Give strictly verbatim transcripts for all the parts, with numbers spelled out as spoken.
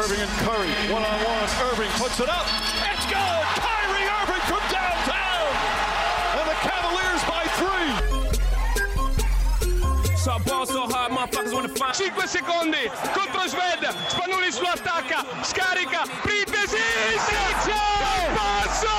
Irving and Curry, one-on-one. Irving puts it up. It's good! Kyrie Irving from downtown! And the Cavaliers by three! So ball so hard, motherfuckers wanna find. cinque secondi contro Sved. Spanulis lo attacca, scarica. Printesi, Sixo! Passo!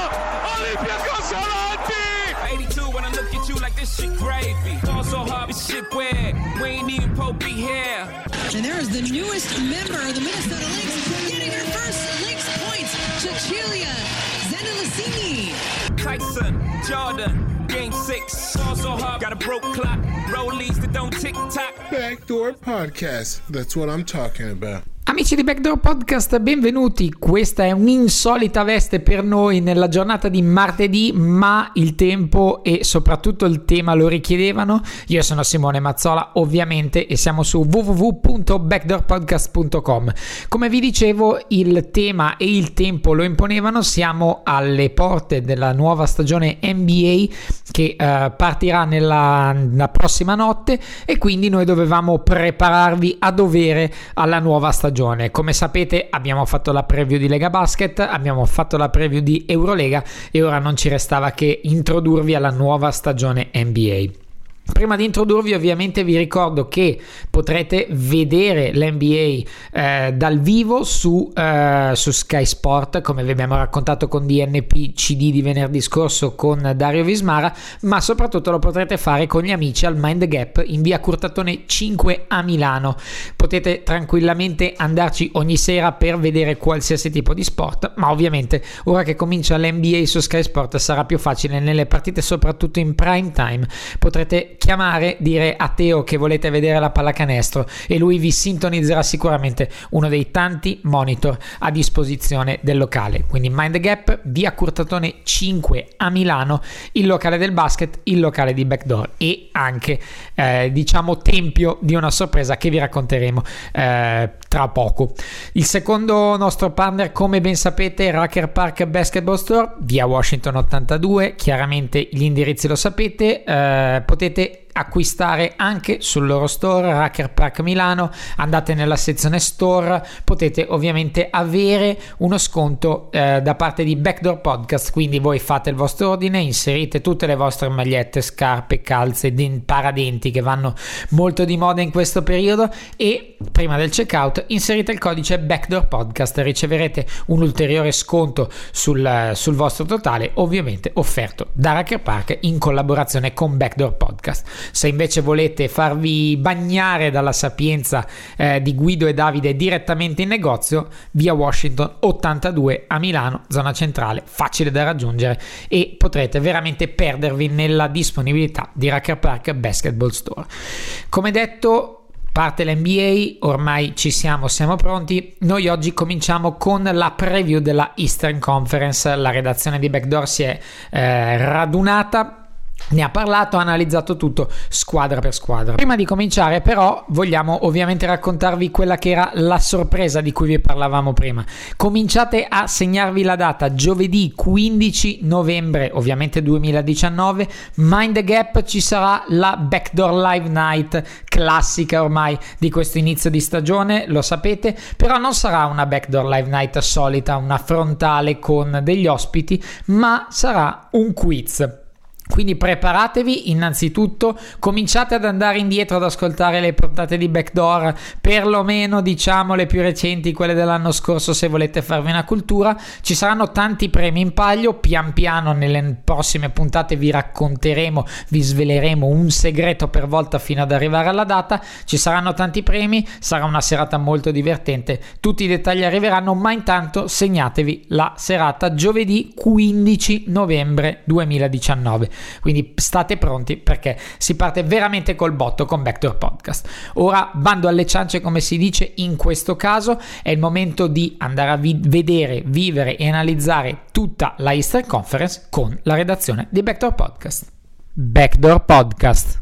Olympiacos avanti! eighty-two when I look at you like this shit gravy. Ball so hard, this shit weird. We ain't even Pope be here. And there is the newest member of the Minnesota Lynx getting her first Lynx points. Cecilia Zendelicini. Tyson, Jordan, game six. Ball so hard, got a broke clock. Rollies that don't tick tock. Backdoor Podcast, that's what I'm talking about. Amici di Backdoor Podcast, benvenuti. Questa è un'insolita veste per noi nella giornata di martedì, ma il tempo e soprattutto il tema lo richiedevano. Io sono Simone Mazzola, ovviamente, e siamo su w w w punto backdoor podcast punto com. Come vi dicevo, il tema e il tempo lo imponevano. Siamo alle porte della nuova stagione N B A che uh, partirà nella, nella prossima notte, e quindi noi dovevamo prepararvi a dovere alla nuova stagione. Come sapete, abbiamo fatto la preview di Lega Basket, abbiamo fatto la preview di Eurolega e ora non ci restava che introdurvi alla nuova stagione N B A. Prima di introdurvi, ovviamente vi ricordo che potrete vedere l'N B A eh, dal vivo su, eh, su Sky Sport, come vi abbiamo raccontato con D N P C D di venerdì scorso con Dario Vismara, ma soprattutto lo potrete fare con gli amici al Mind Gap in via Curtatone cinque a Milano. Potete tranquillamente andarci ogni sera per vedere qualsiasi tipo di sport, ma ovviamente ora che comincia l'N B A su Sky Sport sarà più facile nelle partite, soprattutto in prime time. Potrete chiamare, dire a Teo che volete vedere la pallacanestro e lui vi sintonizzerà sicuramente uno dei tanti monitor a disposizione del locale. Quindi Mind Gap, via Curtatone cinque a Milano, il locale del basket, il locale di Backdoor e anche eh, diciamo tempio di una sorpresa che vi racconteremo eh, tra poco. Il secondo nostro partner, come ben sapete, Rucker Park Basketball Store, via Washington ottantadue. Chiaramente gli indirizzi lo sapete, eh, potete acquistare anche sul loro store Rucker Park Milano. Andate nella sezione store, potete ovviamente avere uno sconto eh, da parte di Backdoor Podcast, quindi voi fate il vostro ordine, inserite tutte le vostre magliette, scarpe, calze, den- paradenti che vanno molto di moda in questo periodo, e prima del checkout inserite il codice Backdoor Podcast, riceverete un ulteriore sconto sul, sul vostro totale, ovviamente offerto da Rucker Park in collaborazione con Backdoor Podcast. Se invece volete farvi bagnare dalla sapienza eh, di Guido e Davide direttamente in negozio, via Washington ottantadue a Milano, zona centrale, facile da raggiungere, e potrete veramente perdervi nella disponibilità di Rucker Park Basketball Store. Come detto, parte l'N B A, ormai ci siamo, siamo pronti. Noi oggi cominciamo con la preview della Eastern Conference. La redazione di Backdoor si è eh, radunata, ne ha parlato, ha analizzato tutto squadra per squadra. Prima di cominciare però vogliamo ovviamente raccontarvi quella che era la sorpresa di cui vi parlavamo prima. Cominciate a segnarvi la data: giovedì quindici novembre ovviamente duemiladiciannove, Mind Gap, ci sarà la Backdoor Live Night, classica ormai di questo inizio di stagione, lo sapete, però non sarà una Backdoor Live Night solita, una frontale con degli ospiti, ma sarà un quiz. Quindi preparatevi, innanzitutto cominciate ad andare indietro ad ascoltare le puntate di Backdoor, perlomeno diciamo le più recenti, quelle dell'anno scorso, se volete farvi una cultura. Ci saranno tanti premi in palio, pian piano nelle prossime puntate vi racconteremo, vi sveleremo un segreto per volta fino ad arrivare alla data. Ci saranno tanti premi, sarà una serata molto divertente, tutti i dettagli arriveranno, ma intanto segnatevi la serata giovedì quindici novembre duemiladiciannove. Quindi state pronti, perché si parte veramente col botto con Backdoor Podcast. Ora bando alle ciance, come si dice in questo caso. È il momento di andare a vi- vedere, vivere e analizzare tutta la Eastern Conference con la redazione di Backdoor Podcast. Backdoor Podcast.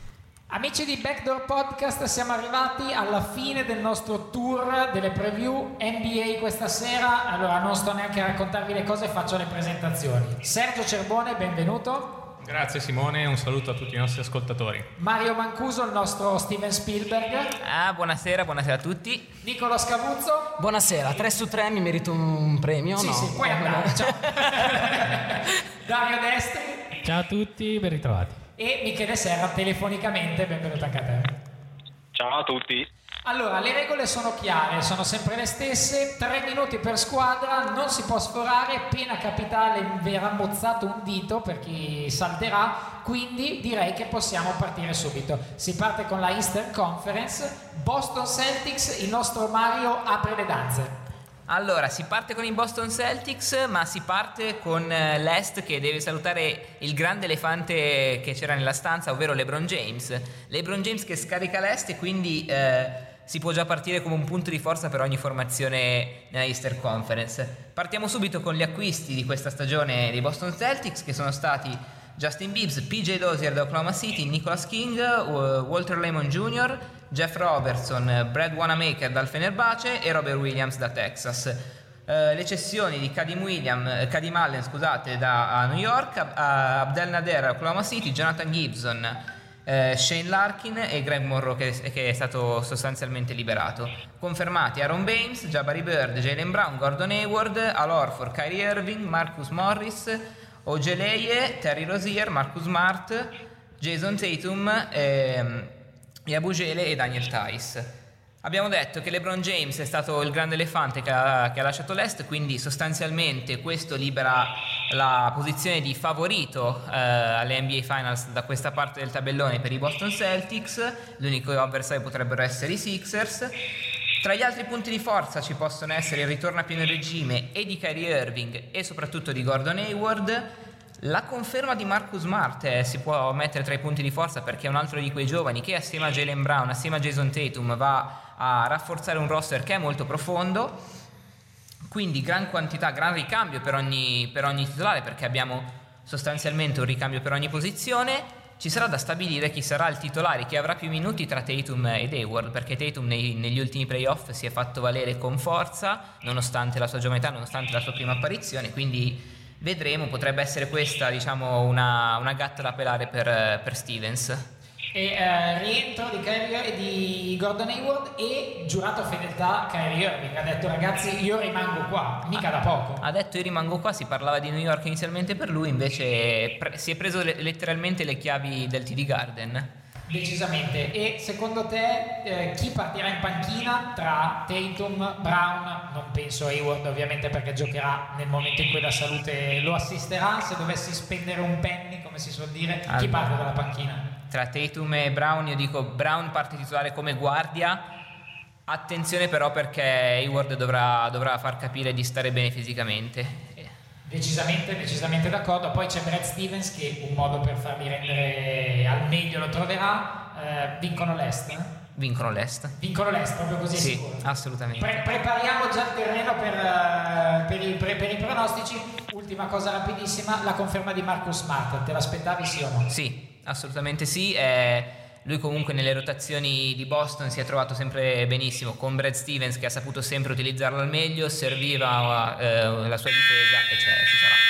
Amici di Backdoor Podcast, siamo arrivati alla fine del nostro tour delle preview N B A questa sera. Allora non sto neanche a raccontarvi le cose, faccio le presentazioni. Sergio Cerbone, benvenuto. Grazie Simone, un saluto a tutti i nostri ascoltatori. Mario Mancuso, il nostro Steven Spielberg. Ah, buonasera, buonasera a tutti. Nicola Scavuzzo. Buonasera, tre su tre mi merito un premio? Sì, no? sì, puoi andare, ciao. Dario Destri. Ciao a tutti, ben ritrovati. E Michele Serra telefonicamente, benvenuto anche a te. Ciao a tutti. Allora, le regole sono chiare, sono sempre le stesse, tre minuti per squadra, non si può sforare, pena capitale verrà mozzato un dito per chi salterà, quindi direi che possiamo partire subito. Si parte con la Eastern Conference, Boston Celtics, il nostro Mario apre le danze. Allora, si parte con i Boston Celtics, ma si parte con l'Est che deve salutare il grande elefante che c'era nella stanza, ovvero LeBron James. LeBron James che scarica l'Est e quindi eh, si può già partire come un punto di forza per ogni formazione nella Eastern Conference. Partiamo subito con gli acquisti di questa stagione dei Boston Celtics, che sono stati Justin Bibbs, P J Dozier da Oklahoma City, Nicholas King, Walter Lemon Junior, Jeff Robertson, Brad Wanamaker dal Fenerbahce e Robert Williams da Texas. Uh, le cessioni di Kadim, William, Kadim Allen scusate, da New York, uh, Abdel Nader da Oklahoma City, Jonathan Gibson, uh, Shane Larkin e Greg Monroe che, che è stato sostanzialmente liberato. Confermati Aaron Baines, Jabari Bird, Jaylen Brown, Gordon Hayward, Al Horford, Kyrie Irving, Marcus Morris, Ojeleye, Terry Rozier, Marcus Smart, Jason Tatum, ehm, Yabusele e Daniel Tice. Abbiamo detto che LeBron James è stato il grande elefante che ha, che ha lasciato l'Est, quindi sostanzialmente questo libera la posizione di favorito eh, alle N B A Finals da questa parte del tabellone per i Boston Celtics. L'unico avversario potrebbero essere i Sixers. Tra gli altri punti di forza ci possono essere il ritorno a pieno regime e di Kyrie Irving e soprattutto di Gordon Hayward. La conferma di Marcus Smart eh, si può mettere tra i punti di forza perché è un altro di quei giovani che assieme a Jaylen Brown, assieme a Jason Tatum va a rafforzare un roster che è molto profondo. Quindi gran quantità, gran ricambio per ogni, per ogni titolare, perché abbiamo sostanzialmente un ricambio per ogni posizione. Ci sarà da stabilire chi sarà il titolare, chi avrà più minuti tra Tatum ed Hayward, perché Tatum nei, negli ultimi playoff si è fatto valere con forza nonostante la sua giovane età, nonostante la sua prima apparizione, quindi vedremo, potrebbe essere questa diciamo una, una gatta da pelare per, per Stevens. E eh, rientro di, Kyrie, di Gordon Hayward e giurato fedeltà Kyrie Irving, ha detto ragazzi io rimango qua, mica da poco. Ha detto io rimango qua, si parlava di New York inizialmente per lui, invece pre- si è preso le- letteralmente le chiavi del T D Garden. Decisamente. E secondo te eh, chi partirà in panchina tra Tatum, Brown? Non penso Hayward ovviamente perché giocherà nel momento in cui la salute lo assisterà. Se dovessi spendere un penny, come si suol dire, allora, chi parte dalla panchina? Tra Tatum e Brown io dico Brown parte titolare come guardia. Attenzione però perché Hayward dovrà, dovrà far capire di stare bene fisicamente. Decisamente, decisamente d'accordo. Poi c'è Brad Stevens che un modo per farli rendere al meglio lo troverà. Eh, vincono l'Est? Eh? Vincono l'Est. Vincono l'Est, proprio così sì, sicuro. Assolutamente. Pre- prepariamo già il terreno per, uh, per, i, per, per i pronostici. Ultima cosa rapidissima, la conferma di Marcus Smart. Te l'aspettavi sì o no? Sì, assolutamente sì. Eh, lui comunque nelle rotazioni di Boston si è trovato sempre benissimo con Brad Stevens che ha saputo sempre utilizzarlo al meglio, serviva eh, la sua difesa e cioè, ci sarà.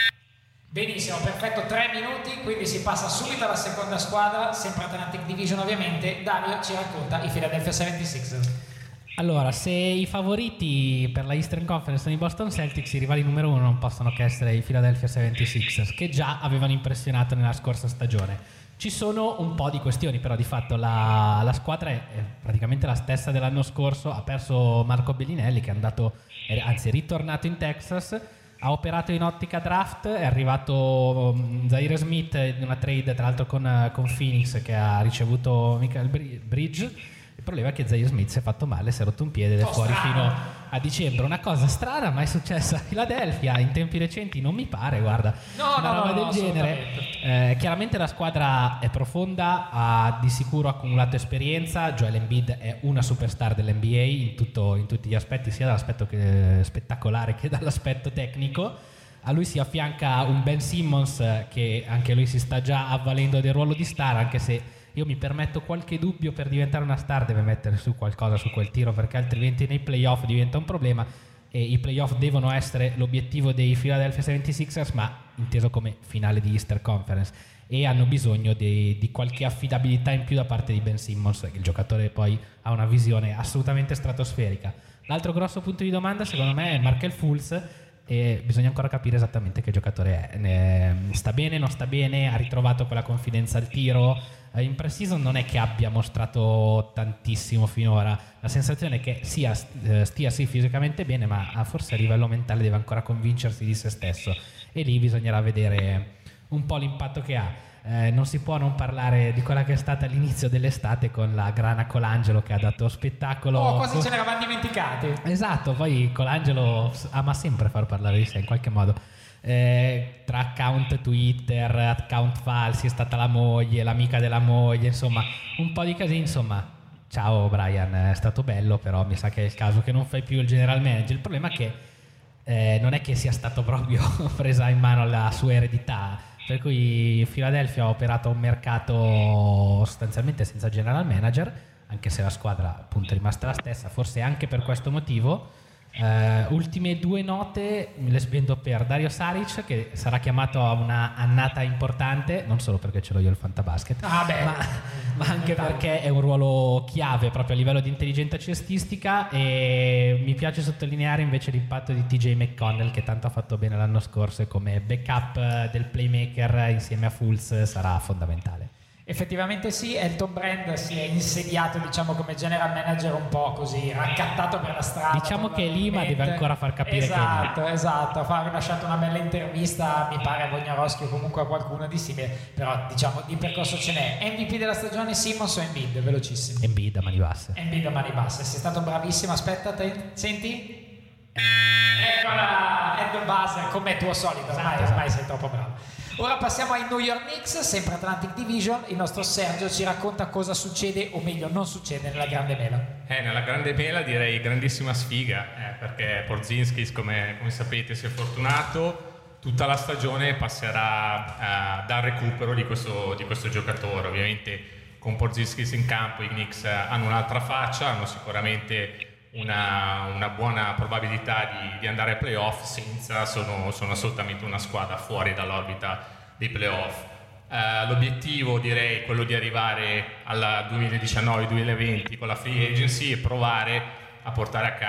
Benissimo, perfetto, tre minuti, quindi si passa subito alla seconda squadra, sempre Atlantic Division ovviamente. Dario ci racconta i Philadelphia settantasei ers. Allora, se i favoriti per la Eastern Conference sono i Boston Celtics, i rivali numero uno non possono che essere i Philadelphia settantasei ers, che già avevano impressionato nella scorsa stagione. Ci sono un po' di questioni, però di fatto la, la squadra è, è praticamente la stessa dell'anno scorso. Ha perso Marco Bellinelli che è andato, è, anzi è ritornato in Texas, ha operato in ottica draft, è arrivato um, Zaire Smith in una trade tra l'altro con, con Phoenix che ha ricevuto Michael Bridge. Il problema è che Zaire Smith si è fatto male, si è rotto un piede ed è oh, fuori strano. fino a dicembre. Una cosa strana, ma è successa a Philadelphia in tempi recenti, non mi pare, guarda, no, una no, roba no, del no, genere. Eh, chiaramente la squadra è profonda, ha di sicuro accumulato esperienza. Joel Embiid è una superstar dell'N B A in, tutto, in tutti gli aspetti, sia dall'aspetto che, spettacolare che dall'aspetto tecnico. A lui si affianca un Ben Simmons che anche lui si sta già avvalendo del ruolo di star, anche se io mi permetto qualche dubbio, per diventare una star deve mettere su qualcosa su quel tiro, perché altrimenti nei playoff diventa un problema, e i playoff devono essere l'obiettivo dei Philadelphia settantasei ers, ma inteso come finale di Eastern Conference. e hanno bisogno di, di qualche affidabilità in più da parte di Ben Simmons, che il giocatore poi ha una visione assolutamente stratosferica. L'altro grosso punto di domanda secondo me è Markelle Fultz, e bisogna ancora capire esattamente che giocatore è. Ne, sta bene, non sta bene, ha ritrovato quella confidenza al tiro. In pre-season non è che abbia mostrato tantissimo finora, la sensazione è che sia stia sì fisicamente bene, ma forse a livello mentale deve ancora convincersi di se stesso, e lì bisognerà vedere un po' l'impatto che ha. Eh, non si può non parlare di quella che è stata l'inizio dell'estate con la grana Colangelo, che ha dato spettacolo. Oh, quasi ce l'eravamo dimenticati. Esatto, poi Colangelo ama sempre far parlare di sé in qualche modo. Eh, tra account Twitter, account falsi, è stata la moglie, l'amica della moglie, insomma un po' di casini. Insomma, ciao Brian, è stato bello, però mi sa che è il caso che non fai più il general manager. Il problema è che eh, non è che sia stato proprio presa in mano la sua eredità, per cui Philadelphia ha operato un mercato sostanzialmente senza general manager, anche se la squadra appunto è rimasta la stessa, forse anche per questo motivo. Uh, ultime due note me le spendo per Dario Saric, che sarà chiamato a una annata importante, non solo perché ce l'ho io il fantabasket, ah beh, ma, ma anche perché è un ruolo chiave proprio a livello di intelligenza cestistica, e mi piace sottolineare invece l'impatto di T J McConnell, che tanto ha fatto bene l'anno scorso, e come backup del playmaker insieme a Fultz sarà fondamentale. Effettivamente sì, Elton Brand si è insediato, diciamo, come general manager un po' così, raccattato per la strada. Diciamo che Lima deve ancora far capire esatto, che è esatto, ha rilasciato una bella intervista, mi pare a Wojnarowski o comunque a qualcuno di simile, però diciamo di percorso ce n'è. M V P della stagione Simmons o Embiid? Velocissimo. Embiid a mani basse. Embiid a mani basse, sei stato bravissimo, aspetta, te, senti? Eccola, è il buzzer, come tuo solito, ormai, esatto, ormai sei troppo bravo. Ora passiamo ai New York Knicks, sempre Atlantic Division. Il nostro Sergio ci racconta cosa succede, o meglio non succede, nella grande mela. Eh, nella grande mela direi grandissima sfiga, eh, perché Porzingis, come, come sapete, si è fortunato. Tutta la stagione passerà eh, dal recupero di questo, di questo giocatore. Ovviamente con Porzingis in campo i Knicks hanno un'altra faccia, hanno sicuramente Una, una buona probabilità di, di andare ai playoff, senza sono, sono assolutamente una squadra fuori dall'orbita dei playoff. Uh, l'obiettivo direi è quello di arrivare al duemiladiciannove duemilaventi con la free agency e provare a portare a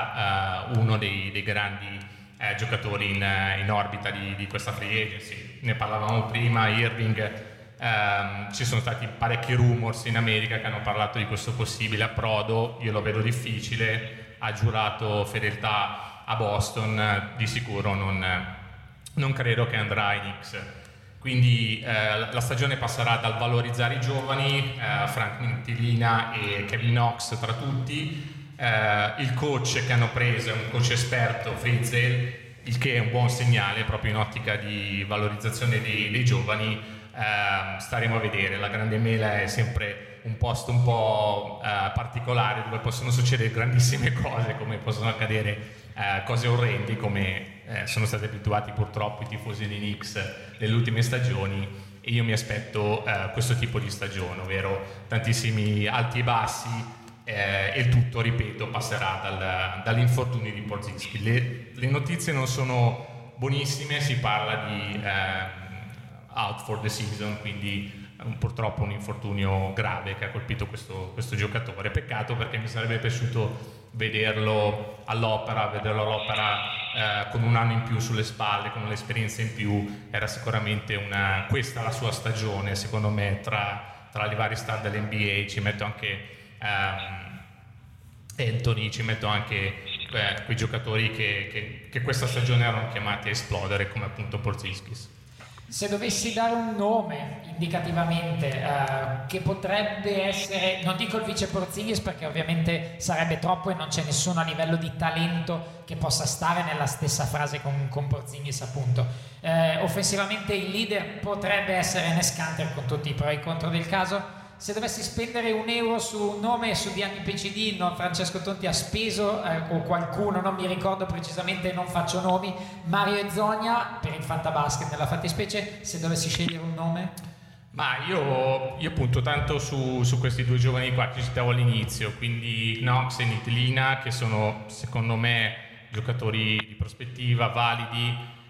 casa uh, uno dei, dei grandi uh, giocatori in, in orbita di, di questa free agency. Ne parlavamo prima, Irving. Um, ci sono stati parecchi rumors in America che hanno parlato di questo possibile approdo. Io lo vedo difficile, ha giurato fedeltà a Boston, di sicuro non, non credo che andrà ai Knicks. Quindi eh, la stagione passerà dal valorizzare i giovani, eh, Frank Ntilikina e Kevin Knox tra tutti, eh, il coach che hanno preso è un coach esperto, Frizzell, il che è un buon segnale proprio in ottica di valorizzazione dei, dei giovani. Uh, staremo a vedere. La grande mela è sempre un posto un po' uh, particolare, dove possono succedere grandissime cose, come possono accadere uh, cose orrendi, come uh, sono stati abituati purtroppo i tifosi dei Knicks nelle ultime stagioni, e io mi aspetto uh, questo tipo di stagione, ovvero tantissimi alti e bassi, uh, e il tutto, ripeto, passerà dal, dall'infortunio di Porzingis. Le, le notizie non sono buonissime, si parla di uh, out for the season, quindi um, purtroppo un infortunio grave che ha colpito questo, questo giocatore. Peccato, perché mi sarebbe piaciuto vederlo all'opera, vederlo all'opera eh, con un anno in più sulle spalle, con un'esperienza in più. Era sicuramente una, questa la sua stagione, secondo me, tra, tra le varie star dell'N B A. Ci metto anche um, Anthony, ci metto anche eh, quei giocatori che, che, che questa stagione erano chiamati a esplodere, come appunto Porzingis. Se dovessi dare un nome indicativamente uh, che potrebbe essere, non dico il vice Porzingis perché ovviamente sarebbe troppo e non c'è nessuno a livello di talento che possa stare nella stessa frase con, con Porzingis, appunto. Uh, offensivamente il leader potrebbe essere Enes Kanter, con tutti i pro e i contro del caso. Se dovessi spendere un euro su un nome, su D N P C D, no, Francesco Tonti ha speso, eh, o qualcuno, non mi ricordo precisamente, non faccio nomi, Mario Hezonja per il fantabasket nella fattispecie. Se dovessi scegliere un nome? Ma io, io punto tanto su, su questi due giovani qua che citavo all'inizio, quindi Knox e Ntilikina, che sono secondo me giocatori di prospettiva, validi,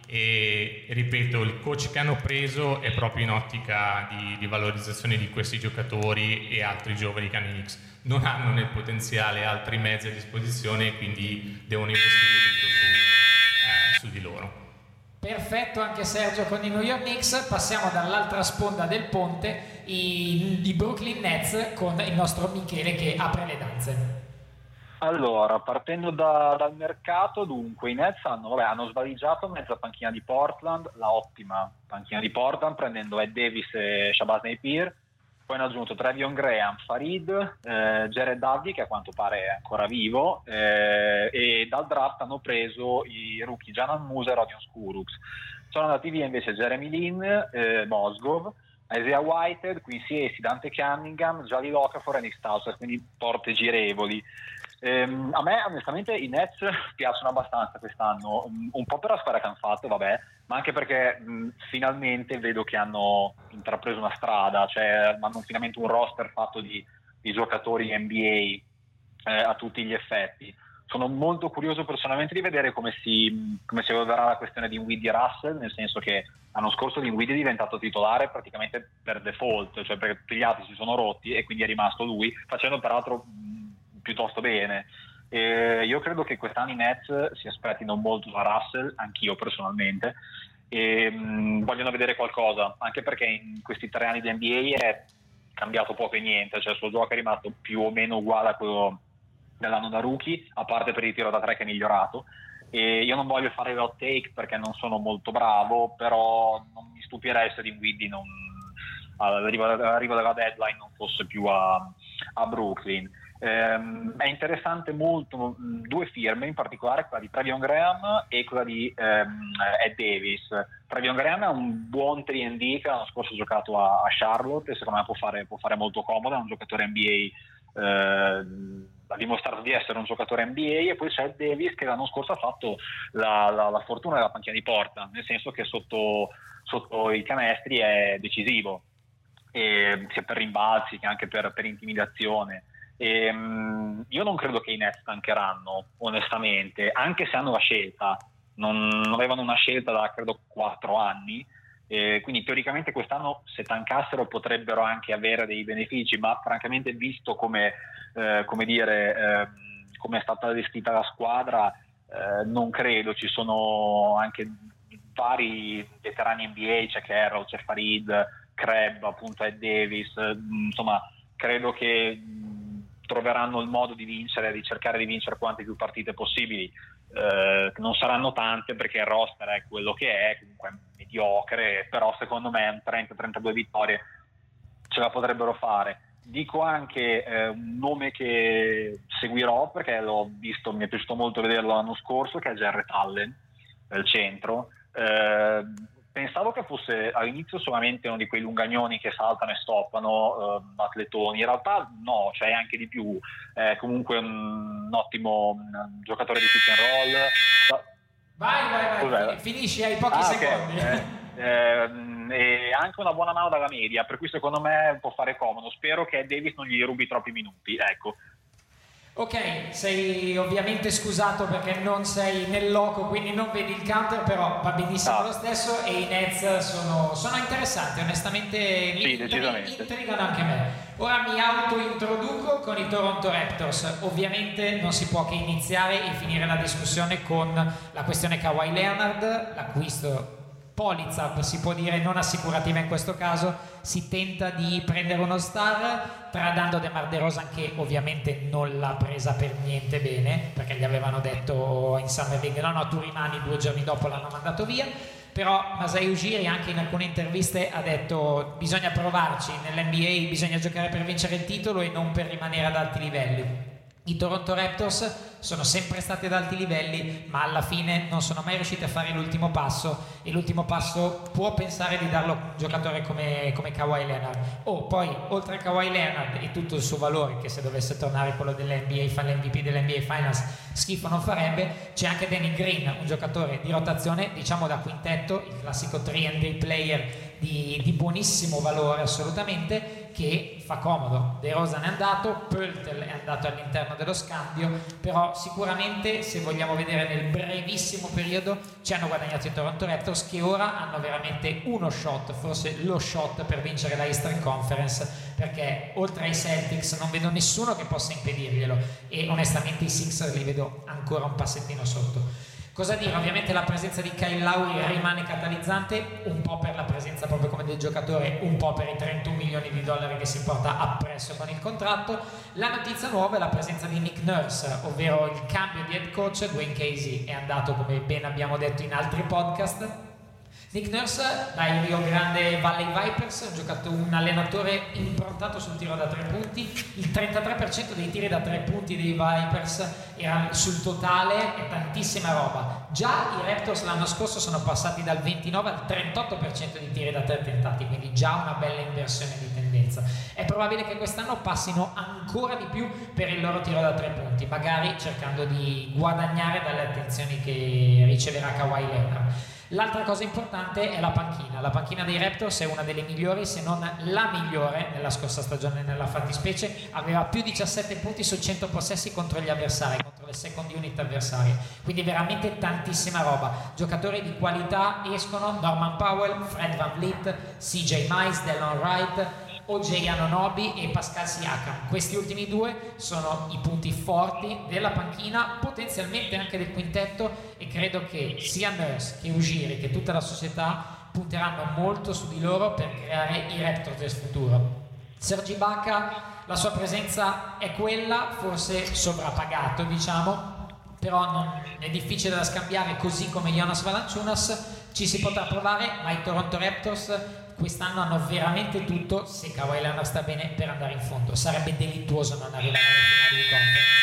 e ripeto, il coach che hanno preso è proprio in ottica di, di valorizzazione di questi giocatori e altri giovani che hanno i Knicks. Non hanno nel potenziale altri mezzi a disposizione, quindi devono investire tutto su, eh, su di loro. Perfetto anche Sergio con i New York Knicks. Passiamo dall'altra sponda del ponte, i, i Brooklyn Nets, con il nostro Michele che apre le danze. Allora, partendo da, dal mercato, dunque i Nets hanno, vabbè, hanno svaligiato mezza panchina di Portland, la ottima panchina di Portland, prendendo Ed Davis e Shabazz Napier. Poi hanno aggiunto Trevion Graham, Farid, eh, Jared Dudley, che a quanto pare è ancora vivo, eh, e dal draft hanno preso i rookie Janan Musa e Rodion Skuruks. Sono andati via invece Jeremy Lin, eh, Mozgov, Isaiah Whitehead, Quincy Acy, Dante Cunningham, Jali Okafor e Nick Stauskas, quindi porte girevoli. Ehm, a me onestamente i Nets piacciono abbastanza quest'anno, un po' per la squadra che hanno fatto, vabbè, ma anche perché mh, finalmente vedo che hanno intrapreso una strada, cioè hanno finalmente un roster fatto di, di giocatori N B A eh, a tutti gli effetti. Sono molto curioso personalmente di vedere come si, come si evolverà la questione di Dinwiddie e Russell, nel senso che l'anno scorso Dinwiddie è diventato titolare praticamente per default, cioè perché tutti gli altri si sono rotti e quindi è rimasto lui, facendo peraltro mh, piuttosto bene. E io credo che quest'anno i Nets si aspettino molto da Russell, anch'io personalmente, e mh, vogliono vedere qualcosa, anche perché in questi tre anni di N B A è cambiato poco e niente, cioè il suo gioco è rimasto più o meno uguale a quello dell'anno da rookie, a parte per il tiro da tre che è migliorato. E io non voglio fare l'hot take perché non sono molto bravo, però non mi stupirei se Dinwiddie non all'arrivo della deadline non fosse più a, a Brooklyn. Ehm, è interessante molto due firme, in particolare quella di Trevion Graham e quella di ehm, Ed Davis. Trevion Graham è un buon tre and D che l'anno scorso ha giocato a, a Charlotte e secondo me può fare, può fare molto comodo, è un giocatore N B A, eh, ha dimostrato di essere un giocatore N B A. E poi c'è Ed Davis che l'anno scorso ha fatto la, la, la fortuna della panchina di porta, nel senso che sotto, sotto i canestri è decisivo, e sia per rimbalzi che anche per, per intimidazione. E, um, io non credo che i Nets tancheranno onestamente, anche se hanno la scelta, non, non avevano una scelta da credo quattro anni, eh, quindi teoricamente quest'anno se tancassero potrebbero anche avere dei benefici, ma francamente visto come, eh, come dire eh, come è stata gestita la squadra, eh, non credo. Ci sono anche vari veterani N B A, c'è Carroll, c'è Farid, Crabbe, appunto Ed Davis, insomma credo che troveranno il modo di vincere, di cercare di vincere quante più partite possibili. Eh, non saranno tante perché il roster è quello che è, comunque mediocre, però secondo me trenta trentadue vittorie ce la potrebbero fare. Dico anche eh, un nome che seguirò perché l'ho visto, mi è piaciuto molto vederlo l'anno scorso, che è Jarrett Allen, del centro. Eh, Pensavo che fosse all'inizio solamente uno di quei lungagnoni che saltano e stoppano, eh, atletoni. In realtà no, c'è anche di più. È comunque un, un ottimo un giocatore di pick and roll. Vai, vai, vai, Cos'è? Finisci, hai pochi ah, secondi. Okay. eh, eh, e anche una buona mano dalla media, per cui secondo me può fare comodo. Spero che Davis non gli rubi troppi minuti, ecco. Ok, sei ovviamente scusato perché non sei nel loco, quindi non vedi il counter, però va benissimo no. lo stesso. E i Nets sono, sono interessanti, onestamente sì, mi intrig- intrigano anche me. Ora mi autointroduco con i Toronto Raptors. Ovviamente non si può che iniziare e finire la discussione con la questione Kawhi Leonard, l'acquisto Polizab, si può dire non assicurativa in questo caso. Si tenta di prendere uno star, tradando DeMar DeRozan, che ovviamente non l'ha presa per niente bene, perché gli avevano detto in Summer League no no tu rimani, due giorni dopo l'hanno mandato via. Però Masai Ujiri anche in alcune interviste ha detto bisogna provarci, nell'N B A bisogna giocare per vincere il titolo e non per rimanere ad alti livelli. I Toronto Raptors sono sempre stati ad alti livelli, ma alla fine non sono mai riusciti a fare l'ultimo passo, e l'ultimo passo può pensare di darlo a un giocatore come, come Kawhi Leonard. Oh, poi oltre a Kawhi Leonard e tutto il suo valore, che se dovesse tornare quello dell'N B A, fa l'M V P dell'N B A Finals, schifo non farebbe, c'è anche Danny Green, un giocatore di rotazione, diciamo da quintetto, il classico tre and D player di, di buonissimo valore assolutamente. che fa comodo. De Rozan è andato, Pöltl è andato all'interno dello scambio, però sicuramente se vogliamo vedere nel brevissimo periodo ci hanno guadagnato i Toronto Raptors, che ora hanno veramente uno shot, forse lo shot per vincere la Eastern Conference, perché oltre ai Celtics non vedo nessuno che possa impedirglielo e onestamente i Sixers li vedo ancora un passettino sotto. Cosa dire? Ovviamente la presenza di Kyle Lowry rimane catalizzante, un po' per la presenza proprio come del giocatore, un po' per i trentuno milioni di dollari che si porta appresso con il contratto. La notizia nuova è la presenza di Nick Nurse, ovvero il cambio di head coach. Dwayne Casey è andato, come ben abbiamo detto in altri podcast. Nick Nurse dai Rio Grande Valley Vipers, un giocatore, un allenatore improntato sul tiro da tre punti. Il trentatré per cento dei tiri da tre punti dei Vipers era sul totale, è tantissima roba. Già i Raptors l'anno scorso sono passati dal ventinove al trentotto per cento di tiri da tre tentati, quindi già una bella inversione di tendenza. È probabile che quest'anno passino ancora di più per il loro tiro da tre punti, magari cercando di guadagnare dalle attenzioni che riceverà Kawhi Leonard. L'altra cosa importante è la panchina. La panchina dei Raptors è una delle migliori, se non la migliore nella scorsa stagione nella fattispecie. Aveva più diciassette punti su cento possessi contro gli avversari, contro le second unit avversarie, quindi veramente tantissima roba. Giocatori di qualità escono: Norman Powell, Fred VanVleet, C J Miles, Delon Wright, O J Anunoby e Pascal Siakam. Questi ultimi due sono i punti forti della panchina, potenzialmente anche del quintetto, e credo che sia Nurse che Ujiri che tutta la società punteranno molto su di loro per creare i Raptors del futuro. Serge Ibaka, la sua presenza è quella, forse sovrappagato diciamo, però non è difficile da scambiare, così come Jonas Valanciunas. Ci si potrà provare, ma i Toronto Raptors quest'anno hanno veramente tutto, se Kawhi Leonard sta bene, per andare in fondo. Sarebbe delittuoso non arrivare alle finali di conference.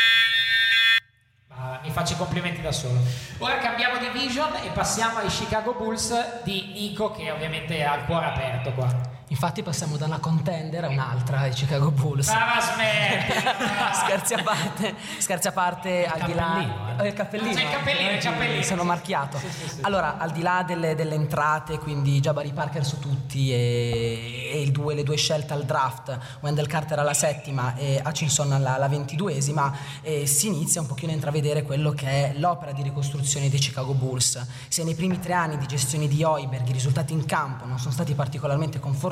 Ma mi faccio i complimenti da solo. Ora cambiamo di vision e passiamo ai Chicago Bulls di Nico, che ovviamente ha il cuore aperto qua. Infatti passiamo da una contender a un'altra, ai Chicago Bulls. Ah, smetti! Scherzi a parte, scherzi a parte, il al di là... eh. Il cappellino. C'è il cappellino, il cappellino. Sono marchiato. Sì, sì, sì. Allora, al di là delle, delle entrate, quindi Jabari Parker su tutti e, e il due, le due scelte al draft, Wendell Carter alla settima e Hutchinson alla, alla ventiduesima, eh, si inizia un pochino a intravedere quello che è l'opera di ricostruzione dei Chicago Bulls. Se nei primi tre anni di gestione di Hoiberg i risultati in campo non sono stati particolarmente confortanti,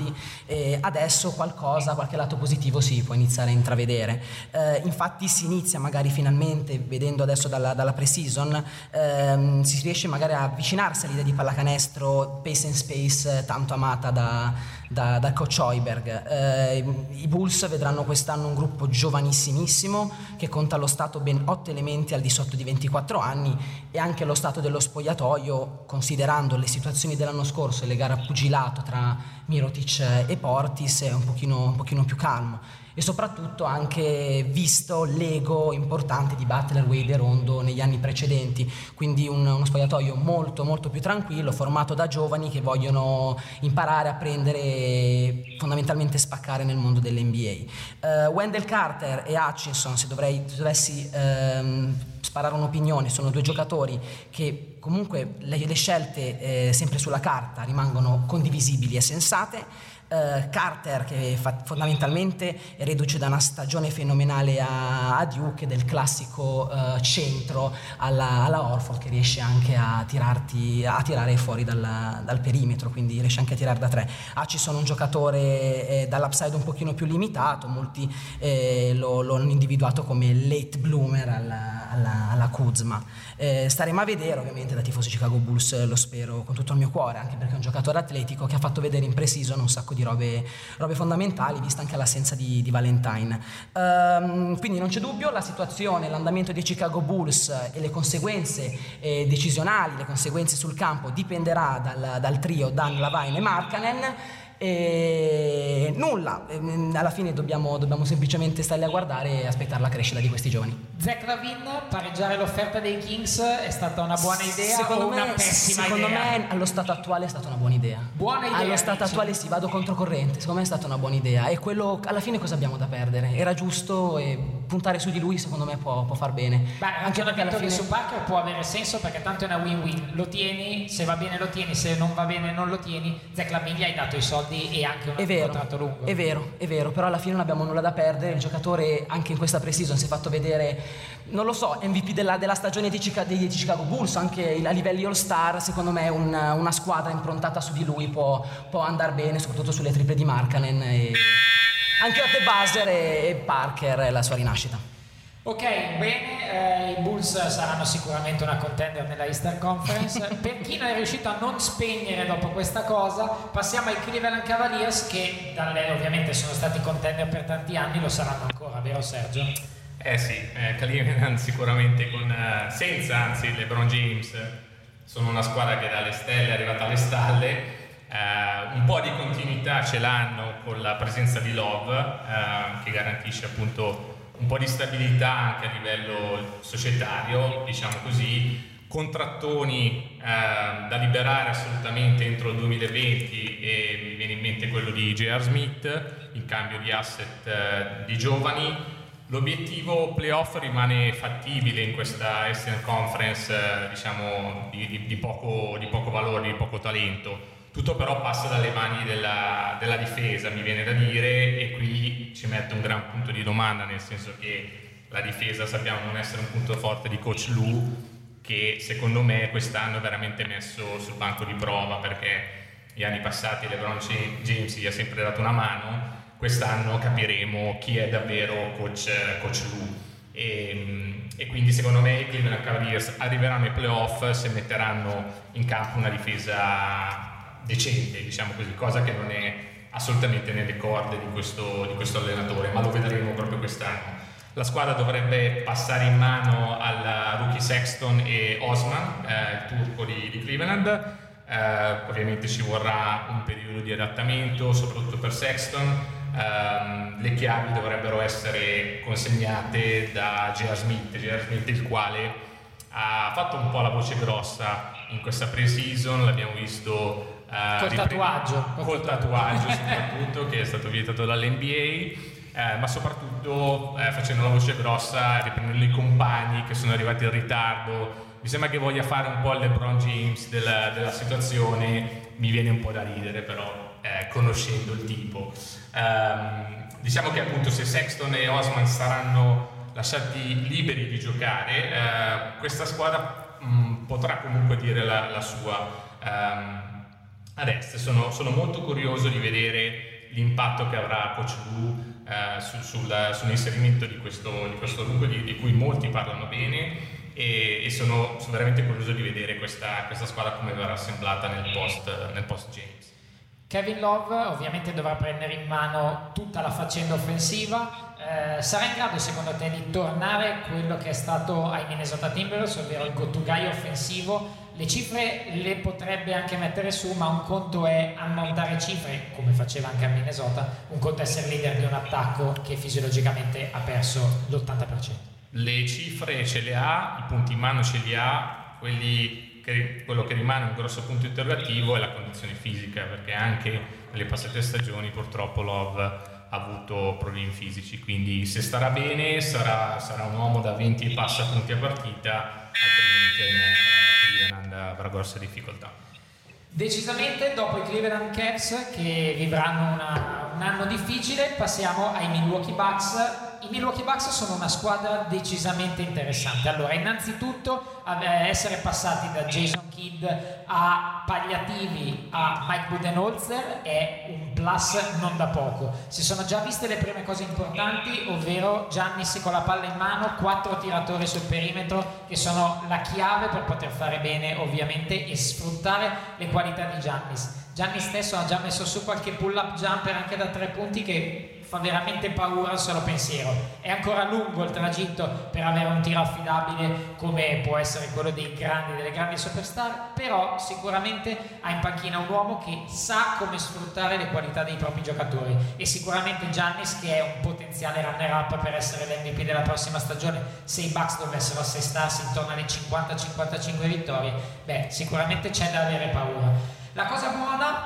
eh, adesso qualcosa, qualche lato positivo si può iniziare a intravedere. Eh, infatti si inizia magari finalmente, vedendo adesso dalla, dalla pre-season, ehm, si riesce magari a avvicinarsi all'idea di pallacanestro pace and space tanto amata da, da, da coach Hoiberg. Eh, i Bulls vedranno quest'anno un gruppo giovanissimissimo che conta allo stato ben otto elementi al di sotto di ventiquattro anni, e anche lo stato dello spogliatoio, considerando le situazioni dell'anno scorso e le gare a pugilato tra Mirotic e Portis, è un pochino, un pochino più calmo, e soprattutto anche visto l'ego importante di Butler, Wade e Rondo negli anni precedenti, quindi un, uno spogliatoio molto molto più tranquillo, formato da giovani che vogliono imparare a prendere e fondamentalmente spaccare nel mondo dell'N B A. Uh, Wendell Carter e Hutchinson, se, dovrei, se dovessi um, sparare un'opinione, sono due giocatori che comunque le, le scelte eh, sempre sulla carta rimangono condivisibili e sensate. Uh, Carter, che fa, fondamentalmente è reduce da una stagione fenomenale a, a Duke, del classico uh, centro alla, alla Horford, che riesce anche a tirarti a tirare fuori dal, dal perimetro, quindi riesce anche a tirare da tre. Ah, ci sono un giocatore eh, dall'upside un pochino più limitato, molti eh, lo, lo hanno individuato come late bloomer alla, alla, alla Kuzma. Eh, staremo a vedere, ovviamente da tifoso Chicago Bulls lo spero con tutto il mio cuore, anche perché è un giocatore atletico che ha fatto vedere in pre-season un sacco di robe, robe fondamentali, vista anche l'assenza di, di Valentine. Um, quindi non c'è dubbio, la situazione, l'andamento dei Chicago Bulls e le conseguenze eh, decisionali, le conseguenze sul campo dipenderà dal, dal trio Dan, Lavine e Markkanen. E nulla, alla fine dobbiamo, dobbiamo semplicemente stare a guardare e aspettare la crescita di questi giovani. Zach Lavine, pareggiare l'offerta dei Kings è stata una buona idea secondo o me, una pessima secondo idea? Secondo me allo stato attuale è stata una buona idea. Buona idea. Allo stato dice. attuale sì, vado controcorrente, secondo me è stata una buona idea, e quello alla fine cosa abbiamo da perdere? Era giusto e puntare su di lui secondo me può, può far bene. Beh, anche perché alla fine su Parker può avere senso, perché tanto è una win-win, lo tieni, se va bene lo tieni, se non va bene non lo tieni. Zach LaVine gli hai dato i soldi e anche un, è vero, contratto lungo. È vero, è vero, però alla fine non abbiamo nulla da perdere. Il giocatore anche in questa pre-season si è fatto vedere, non lo so, M V P della, della stagione dei, Chica, dei Chicago Bulls, anche a livelli All-Star. Secondo me un, una squadra improntata su di lui può, può andare bene, soprattutto sulle triple di Markkanen, e anche da The Buzzer e, e Parker e la sua rinascita. Ok, bene, eh, i Bulls saranno sicuramente una contender nella Eastern Conference. Per chi non è riuscito a non spegnere dopo questa cosa, passiamo ai Cleveland Cavaliers, che dalle, ovviamente sono stati contender per tanti anni, lo saranno ancora, vero Sergio? Eh sì, eh, Cleveland sicuramente con, uh, senza anzi LeBron James, sono una squadra che dalle stelle è arrivata alle stalle. Uh, un po' di continuità ce l'hanno con la presenza di Love, uh, che garantisce appunto un po' di stabilità anche a livello societario, diciamo così. Contrattoni uh, da liberare assolutamente entro il duemilaventi, e mi viene in mente quello di J R. Smith in cambio di asset uh, di giovani. L'obiettivo playoff rimane fattibile in questa Eastern Conference, uh, diciamo di, di, di, poco, di poco valore, di poco talento. Tutto però passa dalle mani della, della difesa, mi viene da dire, e qui ci mette un gran punto di domanda, nel senso che la difesa sappiamo non essere un punto forte di coach Lue, che secondo me quest'anno è veramente messo sul banco di prova, perché gli anni passati LeBron James gli ha sempre dato una mano. Quest'anno capiremo chi è davvero coach, coach Lue, e, e quindi secondo me i Cleveland Cavaliers arriveranno ai playoff se metteranno in campo una difesa decente, diciamo così, cosa che non è assolutamente nelle corde di questo, di questo allenatore, ma lo vedremo proprio quest'anno. La squadra dovrebbe passare in mano al rookie Sexton e Osman, eh, il turco di, di Cleveland. Eh, ovviamente ci vorrà un periodo di adattamento, soprattutto per Sexton. Eh, le chiavi dovrebbero essere consegnate da J R. Smith, J R. Smith il quale ha fatto un po' la voce grossa in questa pre-season, l'abbiamo visto Uh, col tatuaggio col tatuaggio soprattutto, che è stato vietato dall'N B A, eh, ma soprattutto eh, facendo la voce grossa, riprendendo i compagni che sono arrivati in ritardo. Mi sembra che voglia fare un po' il LeBron James della, della situazione. Mi viene un po' da ridere, però eh, conoscendo il tipo, um, diciamo che appunto se Sexton e Osman saranno lasciati liberi di giocare, eh, questa squadra mh, potrà comunque dire la, la sua. Um, Adesso sono, sono molto curioso di vedere l'impatto che avrà coach Lue eh, sul, sul, sull'inserimento di questo, di questo gruppo di, di cui molti parlano bene, e, e sono, sono veramente curioso di vedere questa, questa squadra come verrà assemblata nel post, nel post James. Kevin Love ovviamente dovrà prendere in mano tutta la faccenda offensiva. Eh, sarà in grado secondo te di tornare quello che è stato ai Minnesota Timberwolves, ovvero il go-to guy offensivo? Le cifre le potrebbe anche mettere su, ma un conto è ammontare cifre, come faceva anche a Minnesota, un conto è essere leader di un attacco che fisiologicamente ha perso l'ottanta per cento. Le cifre ce le ha, i punti in mano ce li ha, quelli che, quello che rimane un grosso punto interrogativo è la condizione fisica, perché anche nelle passate stagioni purtroppo Love ha avuto problemi fisici, quindi se starà bene sarà, sarà un uomo da venti e passa punti a partita, altrimenti Cleveland avrà grosse difficoltà. Decisamente dopo i Cleveland Cavs, che vivranno una, un anno difficile, passiamo ai Milwaukee Bucks. I Milwaukee Bucks sono una squadra decisamente interessante. Allora, innanzitutto essere passati da Jason Kidd a Pagliativi a Mike Budenholzer è un plus non da poco. Si sono già viste le prime cose importanti, ovvero Giannis con la palla in mano, quattro tiratori sul perimetro che sono la chiave per poter fare bene ovviamente e sfruttare le qualità di Giannis. Giannis stesso ha già messo su qualche pull-up jumper anche da tre punti che fa veramente paura al solo pensiero. È ancora lungo il tragitto per avere un tiro affidabile come può essere quello dei grandi, delle grandi superstar, però sicuramente ha in panchina un uomo che sa come sfruttare le qualità dei propri giocatori, e sicuramente Giannis, che è un potenziale runner-up per essere l'M V P della prossima stagione se i Bucks dovessero assestarsi intorno alle cinquanta cinquantacinque vittorie, beh, sicuramente c'è da avere paura. La cosa buona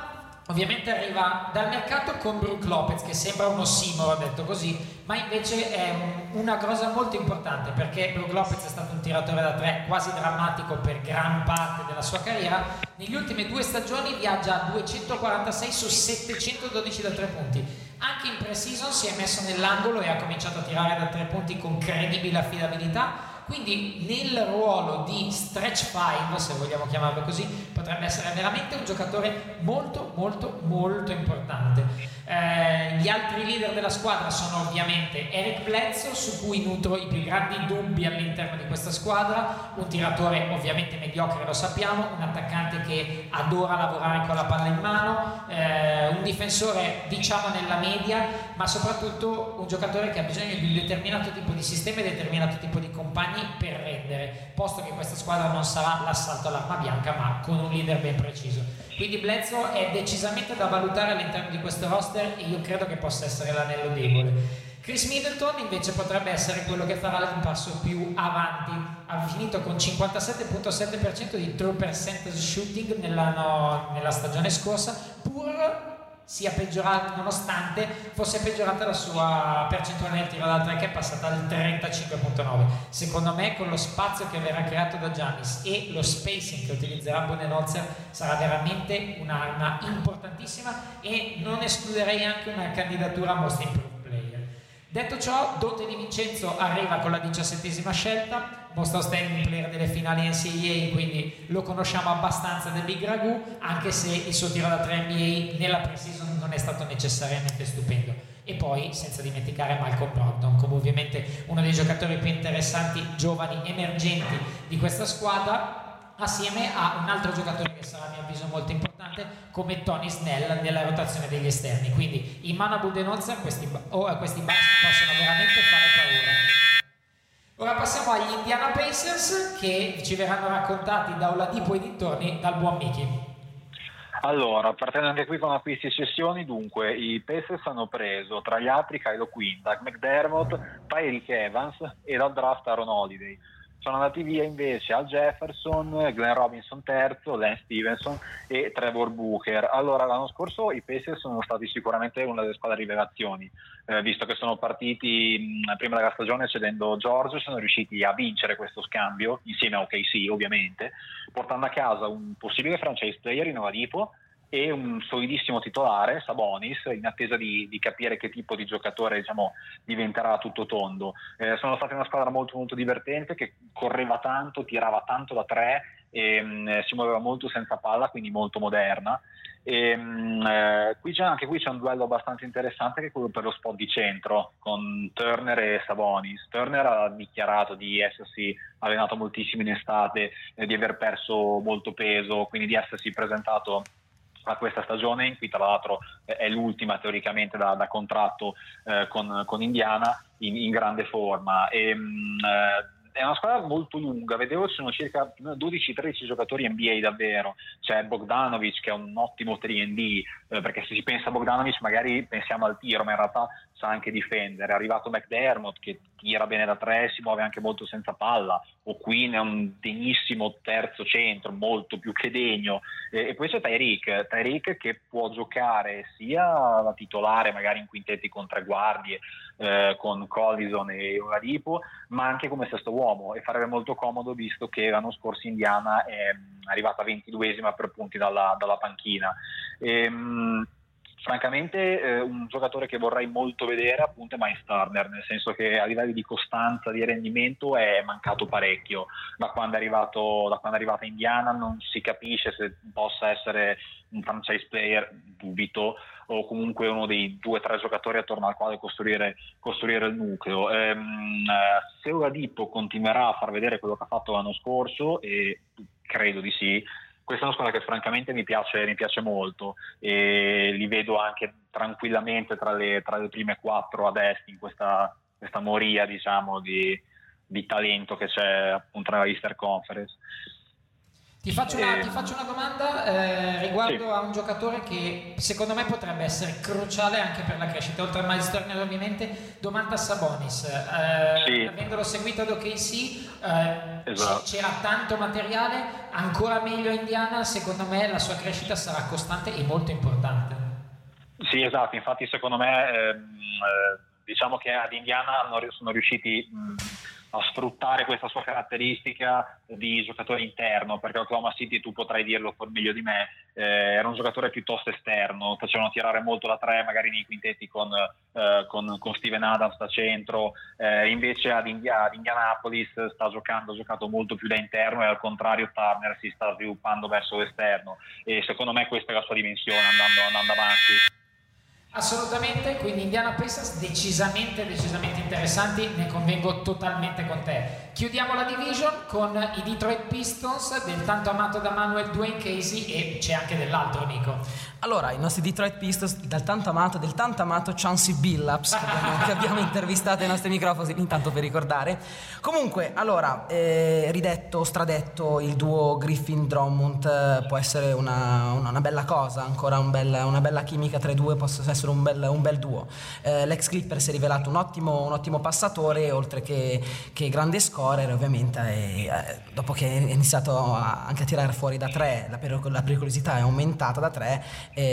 ovviamente arriva dal mercato con Brook Lopez, che sembra un ossimoro detto così, ma invece è un, una cosa molto importante, perché Brook Lopez è stato un tiratore da tre quasi drammatico per gran parte della sua carriera. Negli ultimi due stagioni viaggia a duecentoquarantasei su settecentododici da tre punti. Anche in pre-season si è messo nell'angolo e ha cominciato a tirare da tre punti con credibile affidabilità. Quindi nel ruolo di stretch five, se vogliamo chiamarlo così, potrebbe essere veramente un giocatore molto molto molto importante. Eh, gli altri leader della squadra sono ovviamente Eric Bledsoe, su cui nutro i più grandi dubbi all'interno di questa squadra, un tiratore ovviamente mediocre, lo sappiamo, un attaccante che adora lavorare con la palla in mano, eh, un difensore diciamo nella media, ma soprattutto un giocatore che ha bisogno di un determinato tipo di sistema e determinato tipo di compagni per rendere, posto che questa squadra non sarà l'assalto all'arma bianca, ma con un leader ben preciso. Quindi Bledsoe è decisamente da valutare all'interno di questo roster e io credo che possa essere l'anello debole. Chris Middleton invece potrebbe essere quello che farà un passo più avanti. Ha finito con cinquantasette virgola sette per cento di true percentage shooting nella, no, nella stagione scorsa, pur sia peggiorata, nonostante fosse peggiorata la sua percentuale nel tiro da tre, che è passata al trentacinque virgola nove. Secondo me, con lo spazio che verrà creato da Giannis e lo spacing che utilizzerà Budenholzer, sarà veramente un'arma importantissima e non escluderei anche una candidatura a Most Improved Player. Detto ciò, Donte Di Vincenzo arriva con la diciassettesima scelta, Most Outstanding Player delle finali N C A A, quindi lo conosciamo abbastanza del Big Ragù, anche se il suo tiro da tre N B A nella pre-season non è stato necessariamente stupendo. E poi, senza dimenticare Malcolm Brogdon, come ovviamente uno dei giocatori più interessanti, giovani, emergenti di questa squadra, assieme a un altro giocatore che sarà a mio avviso molto importante come Tony Snell nella rotazione degli esterni. Quindi in mano a Budenholzer questi, oh, questi Bucks possono veramente fare paura. Ora passiamo agli Indiana Pacers, che ci verranno raccontati da Oladipo e dintorni dal buon Miki. Allora, partendo anche qui con acquisti e cessioni, dunque i Pacers hanno preso tra gli altri Kylo Quinn, Doug McDermott, Tyreke Evans e dal draft Aaron Holiday. Sono andati via invece Al Jefferson, Glenn Robinson terzo, Lance Stevenson e Trevor Booker. Allora, l'anno scorso i Pacers sono stati sicuramente una delle squadre rivelazioni, eh, visto che sono partiti mh, prima della stagione cedendo George, sono riusciti a vincere questo scambio, insieme a O K C ovviamente, portando a casa un possibile franchise player in Oladipo e un solidissimo titolare, Sabonis, in attesa di, di capire che tipo di giocatore, diciamo, diventerà a tutto tondo. Eh, sono stati una squadra molto molto divertente, che correva tanto, tirava tanto da tre e mh, si muoveva molto senza palla, quindi molto moderna. E, mh, eh, qui c'è, anche qui c'è un duello abbastanza interessante, che è quello per lo spot di centro con Turner e Sabonis. Turner ha dichiarato di essersi allenato moltissimo in estate, eh, di aver perso molto peso, quindi di essersi presentato a questa stagione, in cui tra l'altro eh, è l'ultima teoricamente da, da contratto eh, con, con Indiana, in, in grande forma. E, mh, eh, è una squadra molto lunga, vedevo ci sono circa dodici tredici giocatori N B A davvero. C'è Bogdanovic, che è un ottimo tre and D, eh, perché se si pensa a Bogdanovic magari pensiamo al tiro, ma in realtà sa anche difendere. È arrivato McDermott, che tira bene da tre, si muove anche molto senza palla. O Quinn è un degnissimo terzo centro, molto più che degno. E, e poi c'è Tyreke, Tyreke che può giocare sia da titolare magari in quintetti con tre guardie, eh, con Collison e Oladipo, ma anche come sesto uomo, e farebbe molto comodo visto che l'anno scorso Indiana è arrivata ventiduesima per punti dalla, dalla panchina. E, mh, francamente eh, un giocatore che vorrei molto vedere appunto è Miles Turner, nel senso che a livello di costanza, di rendimento è mancato parecchio da quando è arrivato da quando è arrivata Indiana. Non si capisce se possa essere un franchise player, dubito, o comunque uno dei due o tre giocatori attorno al quale costruire, costruire il nucleo. Ehm, se Oladipo continuerà a far vedere quello che ha fatto l'anno scorso, e credo di sì, questa è una squadra che francamente mi piace, mi piace molto, e li vedo anche tranquillamente tra le, tra le prime quattro ad est in questa, questa moria, diciamo, di, di talento che c'è appunto nella Eastern Conference. Ti faccio una, ti faccio una domanda eh, riguardo Sì. a un giocatore che secondo me potrebbe essere cruciale anche per la crescita, oltre a Miles Turner ovviamente, Domantas Sabonis. Eh, Sì. Avendolo seguito ad O K C eh, Esatto. c'era tanto materiale, ancora meglio a Indiana, secondo me la sua crescita sarà costante e molto importante. Sì, esatto, infatti secondo me ehm, eh, diciamo che ad Indiana hanno- sono riusciti mh, a sfruttare questa sua caratteristica di giocatore interno, perché Oklahoma City, tu potrai dirlo meglio di me, eh, era un giocatore piuttosto esterno, facevano tirare molto da tre magari nei quintetti con, eh, con, con Steven Adams da centro, eh, invece ad, India, ad Indianapolis sta giocando, ha giocato molto più da interno, e al contrario Turner si sta sviluppando verso l'esterno, e secondo me questa è la sua dimensione andando, andando avanti. Assolutamente, quindi Indiana Pacers decisamente, decisamente interessanti, ne convengo totalmente con te. Chiudiamo la division con i Detroit Pistons, del tanto amato da Manuel Dwayne Casey, e c'è anche dell'altro amico. Allora, i nostri Detroit Pistons, dal tanto amato, del tanto amato Chauncey Billups, che abbiamo, che abbiamo intervistato ai nostri microfoni, intanto per ricordare. Comunque, allora, eh, ridetto, stradetto, il duo Griffin-Drummond eh, può essere una, una, una bella cosa, ancora un bel, una bella chimica tra i due, può essere un bel, un bel duo. Eh, l'ex Clipper si è rivelato un ottimo, un ottimo passatore, oltre che, che grande scorer, ovviamente, e, eh, dopo che è iniziato a, anche a tirare fuori da tre, la, per, la pericolosità è aumentata da tre,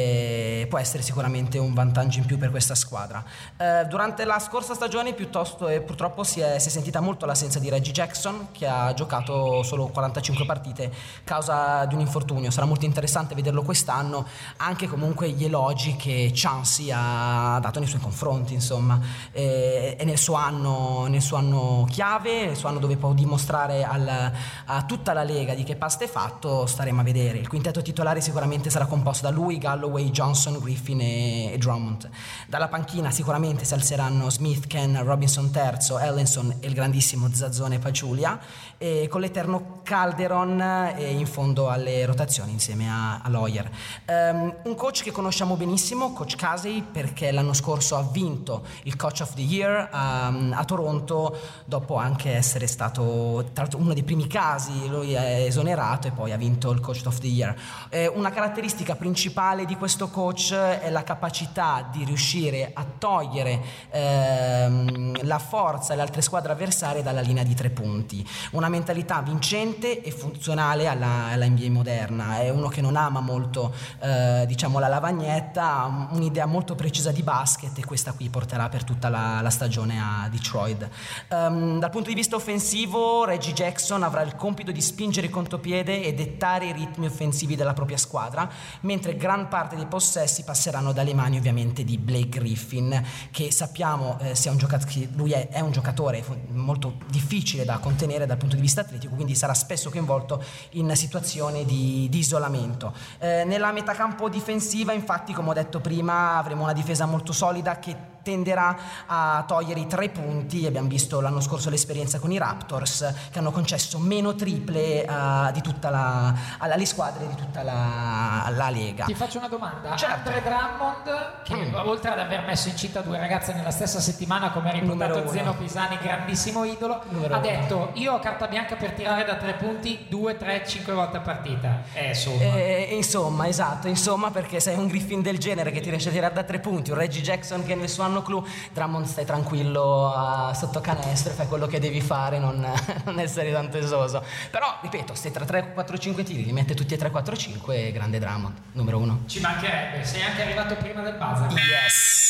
e può essere sicuramente un vantaggio in più per questa squadra. Eh, durante la scorsa stagione piuttosto e purtroppo si è, si è sentita molto l'assenza di Reggie Jackson, che ha giocato solo quarantacinque partite a causa di un infortunio. Sarà molto interessante vederlo quest'anno, anche comunque gli elogi che Chauncey ha dato nei suoi confronti, insomma, e, e nel suo anno nel suo anno chiave, nel suo anno dove può dimostrare al, a tutta la Lega di che pasta è fatto, staremo a vedere. Il quintetto titolare sicuramente sarà composto da lui, Galloway, Johnson, Griffin e, e Drummond. Dalla panchina sicuramente si alzeranno Smith, Ken, Robinson terzo, Ellenson e il grandissimo Zazzone Paciulia, e con l'eterno Calderon e in fondo alle rotazioni insieme a, a Lawyer. Um, un coach che conosciamo benissimo, Coach Casey, perché l'anno scorso ha vinto il Coach of the Year um, a Toronto, dopo anche essere stato tra l'altro uno dei primi casi. Lui è esonerato e poi ha vinto il Coach of the Year. Eh, una caratteristica principale di questo coach è la capacità di riuscire a togliere ehm, la forza e le altre squadre avversarie dalla linea di tre punti. Una mentalità vincente e funzionale alla, alla N B A moderna. È uno che non ama molto eh, diciamo la lavagnetta, ha un'idea molto precisa di basket, e questa qui porterà per tutta la, la stagione a Detroit. Um, dal punto di vista offensivo, Reggie Jackson avrà il compito di spingere il contropiede e dettare i ritmi offensivi della propria squadra, mentre gran parte dei possessi passeranno dalle mani ovviamente di Blake Griffin, che sappiamo eh, sia un giocatore, lui è, è un giocatore molto difficile da contenere dal punto di vista atletico, quindi sarà spesso coinvolto in situazioni di, di isolamento. Eh, nella metacampo difensiva, infatti, come ho detto prima, avremo una difesa molto solida che tenderà a togliere i tre punti. Abbiamo visto l'anno scorso l'esperienza con i Raptors, che hanno concesso meno triple uh, di tutta la, alle squadre di tutta la, la Lega. Ti faccio una domanda. Certo. Andre Drummond, che mm. oltre ad aver messo in città due ragazze nella stessa settimana, come ha riportato Zeno Pisani, grandissimo idolo, Numero ha detto uno. Io ho carta bianca per tirare da tre punti due, tre, cinque volte a partita. Eh, insomma. Eh, insomma, esatto, insomma, perché sei un Griffin del genere che ti riesce a tirare da tre punti, un Reggie Jackson che nel suo anno clou, Drummond stai tranquillo uh, sotto canestro e fai quello che devi fare, non, non essere tanto esoso. Però, ripeto, se tra tre, quattro, cinque tiri li mette tutti e tre, quattro, cinque, grande Drummond, numero uno. Ci mancherebbe, sei anche arrivato prima del buzzer. Yes!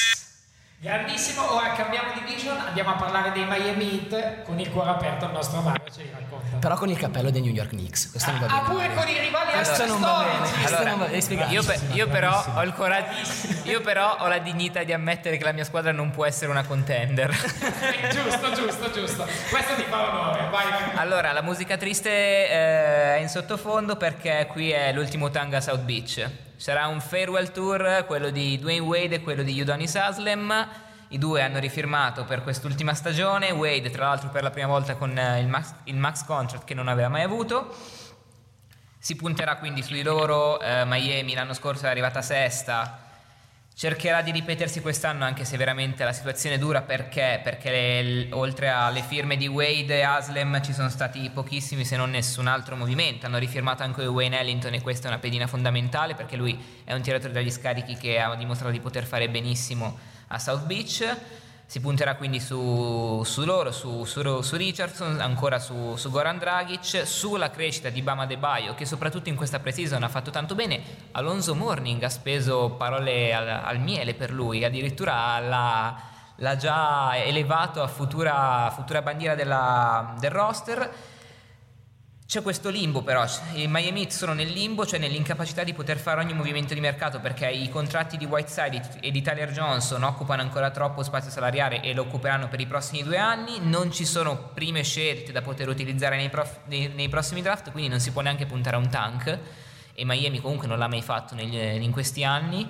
Grandissimo, ora cambiamo division, andiamo a parlare dei Miami Heat, con il cuore aperto il nostro Mario ce li racconta. Però con il cappello dei New York Knicks, questo ah, non va bene. Ah, pure con i rivali questo non va bene, questo allora, non va bene. Io, pe- io però ho il coraggio, io però ho la dignità di ammettere che la mia squadra non può essere una contender. giusto, giusto, giusto. Questo ti fa onore, vai, vai. Allora, la musica triste eh, è in sottofondo perché qui è l'ultimo tango a South Beach. Sarà un farewell tour, quello di Dwayne Wade e quello di Udonis Haslem. I due hanno rifirmato per quest'ultima stagione, Wade tra l'altro per la prima volta con il max, il max contract che non aveva mai avuto. Si punterà quindi su di loro. eh, Miami l'anno scorso è arrivata sesta, cercherà di ripetersi quest'anno, anche se veramente la situazione è dura, perché, perché le, oltre alle firme di Wade e Haslem ci sono stati pochissimi, se non nessun altro movimento. Hanno rifirmato anche Wayne Ellington e questa è una pedina fondamentale, perché lui è un tiratore dagli scarichi che ha dimostrato di poter fare benissimo a South Beach. Si punterà quindi su, su loro, su, su, su Richardson, ancora su, su Goran Dragic, sulla crescita di Bam Adebayo, che soprattutto in questa pre-season ha fatto tanto bene. Alonzo Mourning ha speso parole al, al miele per lui, addirittura l'ha, l'ha già elevato a futura, futura bandiera della, del roster. C'è questo limbo però, i Miami Heat sono nel limbo, cioè nell'incapacità di poter fare ogni movimento di mercato, perché i contratti di Whiteside e di Tyler Johnson occupano ancora troppo spazio salariale e lo occuperanno per i prossimi due anni, non ci sono prime scelte da poter utilizzare nei, prof, nei, nei prossimi draft, quindi non si può neanche puntare a un tank, e Miami comunque non l'ha mai fatto negli, in questi anni.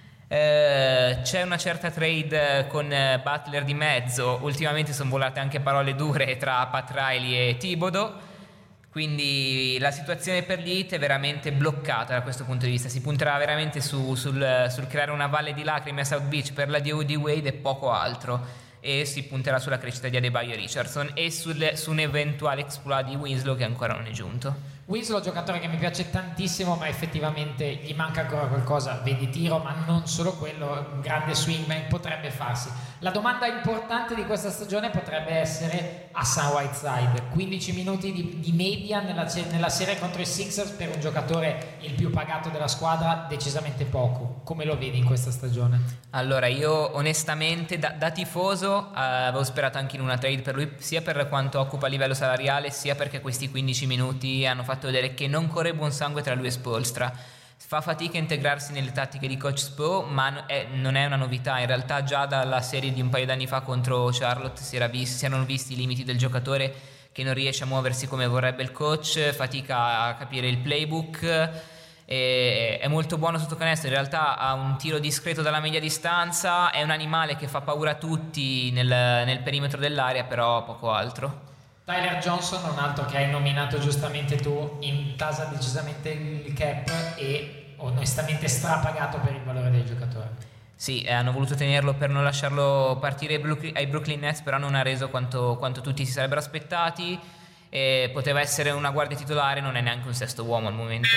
Eh, c'è una certa trade con Butler di mezzo, ultimamente sono volate anche parole dure tra Pat Riley e Thibodeau. Quindi la situazione per gli Heat è veramente bloccata da questo punto di vista. Si punterà veramente su, sul, sul creare una valle di lacrime a South Beach per la D O di Wade e poco altro, e si punterà sulla crescita di Adebayo e Richardson e sul, su un eventuale exploit di Winslow, che ancora non è giunto. Winslow è un giocatore che mi piace tantissimo, ma effettivamente gli manca ancora qualcosa, vedi tiro, ma non solo quello, un grande swingman potrebbe farsi. La domanda importante di questa stagione potrebbe essere Hassan Whiteside, quindici minuti di, di media nella, nella serie contro i Sixers per un giocatore il più pagato della squadra, decisamente poco. Come lo vedi in questa stagione? Allora, io onestamente da, da tifoso eh, avevo sperato anche in una trade per lui, sia per quanto occupa a livello salariale, sia perché questi quindici minuti hanno fatto vedere che non corre buon sangue tra lui e Spoelstra. Fa fatica a integrarsi nelle tattiche di coach Spo, ma è, non è una novità. In realtà già dalla serie di un paio d'anni fa contro Charlotte si, era vis- si erano visti i limiti del giocatore, che non riesce a muoversi come vorrebbe il coach, fatica a capire il playbook, e è molto buono sotto canestro, in realtà ha un tiro discreto dalla media distanza, è un animale che fa paura a tutti nel, nel perimetro dell'area, però poco altro. Tyler Johnson, un altro che hai nominato giustamente tu, intasa decisamente il cap e onestamente strapagato per il valore del giocatore. Sì, eh, hanno voluto tenerlo per non lasciarlo partire ai Brooklyn Nets, però non ha reso quanto, quanto tutti si sarebbero aspettati, e poteva essere una guardia titolare, non è neanche un sesto uomo al momento.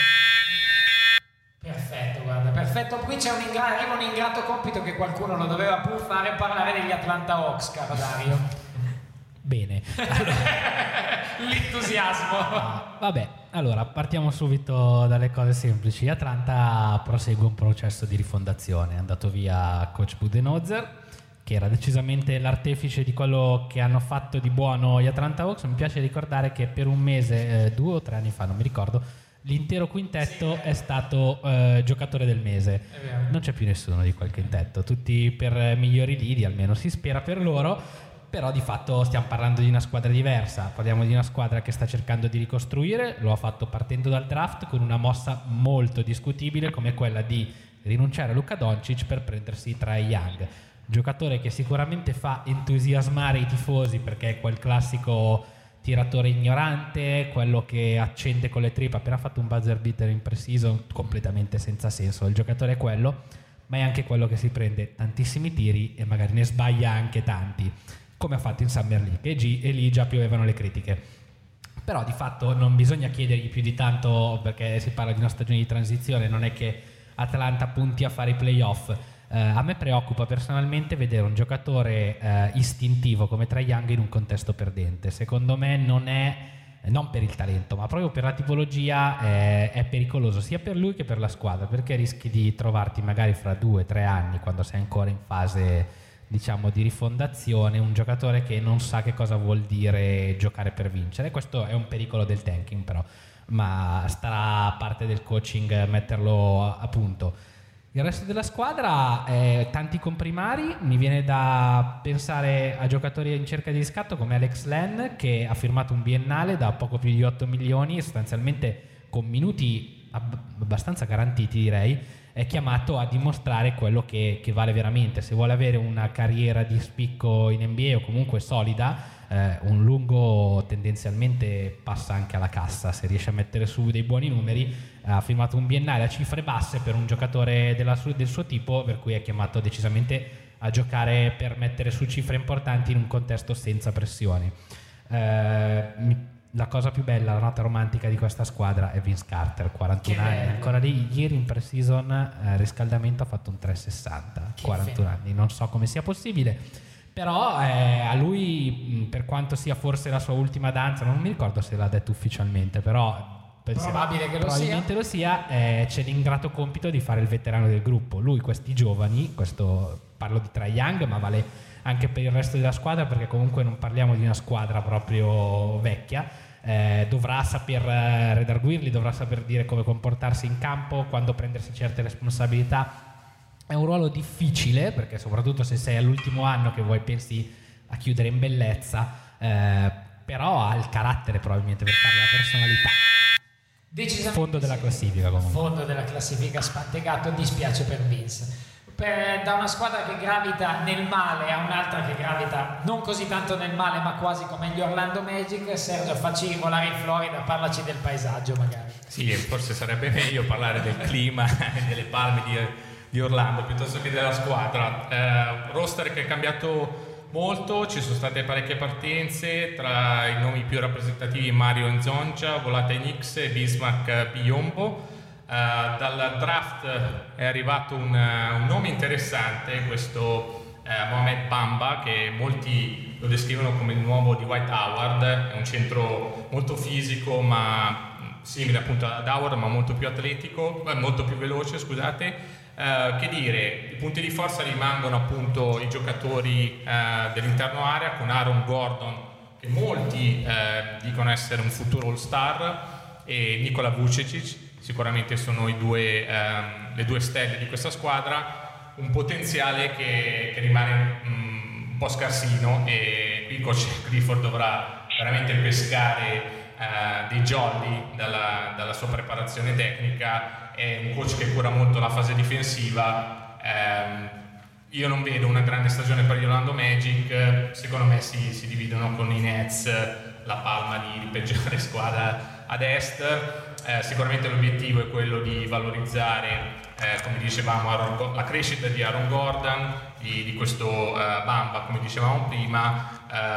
Perfetto, guarda, perfetto. Qui c'è un, ingra- arriva un ingrato compito che qualcuno lo doveva pur fare, parlare degli Atlanta Hawks, caro Dario. Bene. Allora. L'entusiasmo. Vabbè, allora partiamo subito dalle cose semplici. Atlanta prosegue un processo di rifondazione. È andato via coach Budenholzer, che era decisamente l'artefice di quello che hanno fatto di buono gli Atlanta Hawks. Mi piace ricordare che per un mese, eh, due o tre anni fa, non mi ricordo, l'intero quintetto sì, è stato eh, giocatore del mese. Non c'è più nessuno di quel quintetto, tutti per migliori lidi, almeno si spera per loro. Però di fatto stiamo parlando di una squadra diversa, parliamo di una squadra che sta cercando di ricostruire, lo ha fatto partendo dal draft con una mossa molto discutibile come quella di rinunciare a Luka Doncic per prendersi Trae Young, giocatore che sicuramente fa entusiasmare i tifosi perché è quel classico tiratore ignorante, quello che accende con le tripe, ha appena fatto un buzzer beater in pre-season completamente senza senso, il giocatore è quello, ma è anche quello che si prende tantissimi tiri e magari ne sbaglia anche tanti, come ha fatto in Summer League, e, G, e lì già piovevano le critiche. Però di fatto non bisogna chiedergli più di tanto, perché si parla di una stagione di transizione, non è che Atlanta punti a fare i playoff. Eh, a me preoccupa personalmente vedere un giocatore eh, istintivo come Trae Young in un contesto perdente. Secondo me non è, non per il talento, ma proprio per la tipologia eh, è pericoloso sia per lui che per la squadra, perché rischi di trovarti magari fra due o tre anni, quando sei ancora in fase diciamo di rifondazione, un giocatore che non sa che cosa vuol dire giocare per vincere. Questo è un pericolo del tanking, però, ma starà a parte del coaching metterlo a punto. Il resto della squadra, eh, tanti comprimari, mi viene da pensare a giocatori in cerca di riscatto come Alex Len, che ha firmato un biennale da poco più di otto milioni, sostanzialmente con minuti ab- abbastanza garantiti, direi. È chiamato a dimostrare quello che, che vale veramente. Se vuole avere una carriera di spicco in N B A o comunque solida, eh, un lungo tempo tendenzialmente passa anche alla cassa se riesce a mettere su dei buoni numeri. Ha firmato un biennale a cifre basse per un giocatore della su- del suo tipo, per cui è chiamato decisamente a giocare per mettere su cifre importanti in un contesto senza pressioni. Eh, mi La cosa più bella, la nota romantica di questa squadra è Vince Carter, quarantuno anni, ancora lì. Ieri in pre-season eh, riscaldamento ha fatto un tre sessanta, che quarantuno anni, non so come sia possibile, però eh, a lui, per quanto sia forse la sua ultima danza, non mi ricordo se l'ha detto ufficialmente, però probabile che lo probabilmente sia, lo sia eh, c'è l'ingrato compito di fare il veterano del gruppo. Lui questi giovani, questo parlo di Trae Young, ma vale anche per il resto della squadra, perché comunque non parliamo di una squadra proprio vecchia, eh, dovrà saper eh, redarguirli, dovrà saper dire come comportarsi in campo, quando prendersi certe responsabilità. È un ruolo difficile, perché soprattutto se sei all'ultimo anno che vuoi pensi a chiudere in bellezza, eh, però ha il carattere probabilmente per fare la personalità. Decisamente fondo della classifica comunque. Fondo della classifica spantegato, dispiace per Vince. Per, da una squadra che gravita nel male a un'altra che gravita non così tanto nel male ma quasi come gli Orlando Magic, Sergio, facci volare in Florida, parlaci del paesaggio magari. Sì, forse sarebbe meglio parlare del clima e delle palme di, di Orlando piuttosto che della squadra. Eh, roster che è cambiato molto, ci sono state parecchie partenze, tra i nomi più rappresentativi Mario Nzonja, volata ai Knicks, e Bismack Biyombo. Uh, dal draft è arrivato un, un nome interessante, questo uh, Mohamed Bamba, che molti lo descrivono come il nuovo di Dwight Howard. È un centro molto fisico, ma simile appunto ad Howard, ma molto più atletico, eh, molto più veloce, scusate. Uh, che dire, i punti di forza rimangono appunto i giocatori uh, dell'interno area, con Aaron Gordon, che molti uh, dicono essere un futuro all-star, e Nikola Vucevic. Sicuramente sono i due, ehm, le due stelle di questa squadra, un potenziale che, che rimane um, un po' scarsino, e qui il coach Clifford dovrà veramente pescare eh, dei jolly dalla, dalla sua preparazione tecnica. È un coach che cura molto la fase difensiva. Eh, io non vedo una grande stagione per gli Orlando Magic, secondo me si, si dividono con i Nets la palma di, di peggiore squadra ad est. Eh, sicuramente l'obiettivo è quello di valorizzare, eh, come dicevamo, Aaron, la crescita di Aaron Gordon, di, di questo eh, Bamba, come dicevamo prima.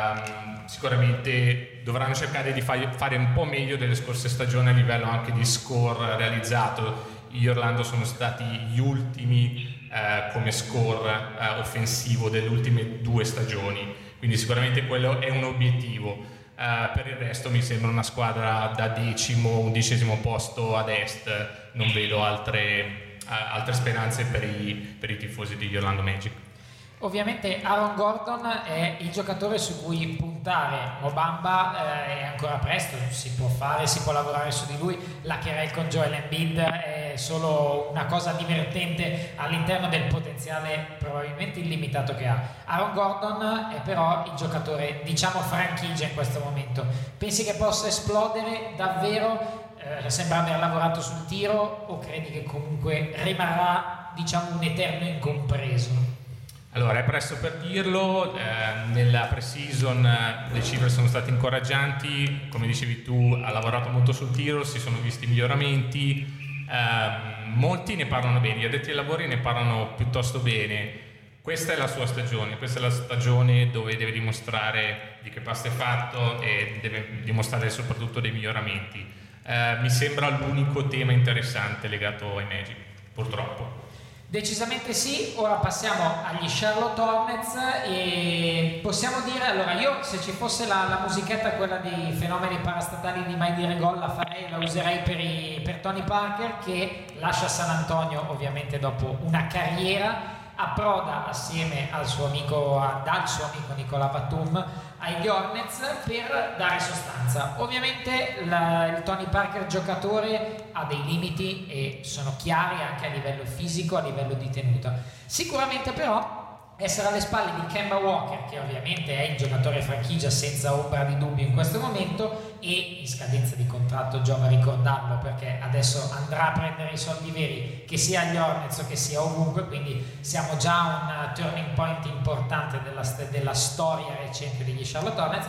Eh, sicuramente dovranno cercare di fa- fare un po' meglio delle scorse stagioni a livello anche di score realizzato. Gli Orlando sono stati gli ultimi eh, come score eh, offensivo delle ultime due stagioni, quindi sicuramente quello è un obiettivo. Uh, per il resto mi sembra una squadra da decimo, undicesimo posto ad est, non vedo altre, uh, altre speranze per i, per i tifosi degli Orlando Magic. Ovviamente Aaron Gordon è il giocatore su cui puntare. Mobamba eh, è ancora presto, si può fare, si può lavorare su di lui. La Kerel con Joel Embiid è solo una cosa divertente all'interno del potenziale probabilmente illimitato che ha. Aaron Gordon è però il giocatore, diciamo, franchigia in questo momento. Pensi che possa esplodere davvero? Eh, sembra aver lavorato sul tiro, o credi che comunque rimarrà, diciamo, un eterno incompreso? Allora, è presto per dirlo. Eh, nella pre-season eh, le cifre sono state incoraggianti, come dicevi tu ha lavorato molto sul tiro, si sono visti miglioramenti, eh, molti ne parlano bene, gli addetti ai lavori ne parlano piuttosto bene. Questa è la sua stagione, questa è la stagione dove deve dimostrare di che pasta è fatto e deve dimostrare soprattutto dei miglioramenti. Eh, mi sembra l'unico tema interessante legato ai Magic, purtroppo. Decisamente sì. Ora passiamo agli Charlotte Hornets e possiamo dire, allora io se ci fosse la, la musichetta, quella dei fenomeni parastatali di Mai Dire Gol, la farei, la userei per, i, per Tony Parker, che lascia San Antonio ovviamente dopo una carriera, approda assieme al suo amico, dal suo amico Nicola Batum agli Hornets per dare sostanza. Ovviamente la, il Tony Parker giocatore ha dei limiti e sono chiari anche a livello fisico, a livello di tenuta. Sicuramente però essere alle spalle di Kemba Walker, che ovviamente è il giocatore franchigia senza ombra di dubbio in questo momento e in scadenza di contratto, giova ricordarlo perché adesso andrà a prendere i soldi veri, che sia agli Hornets o che sia ovunque, quindi siamo già a un turning point importante della, della storia recente degli Charlotte Hornets.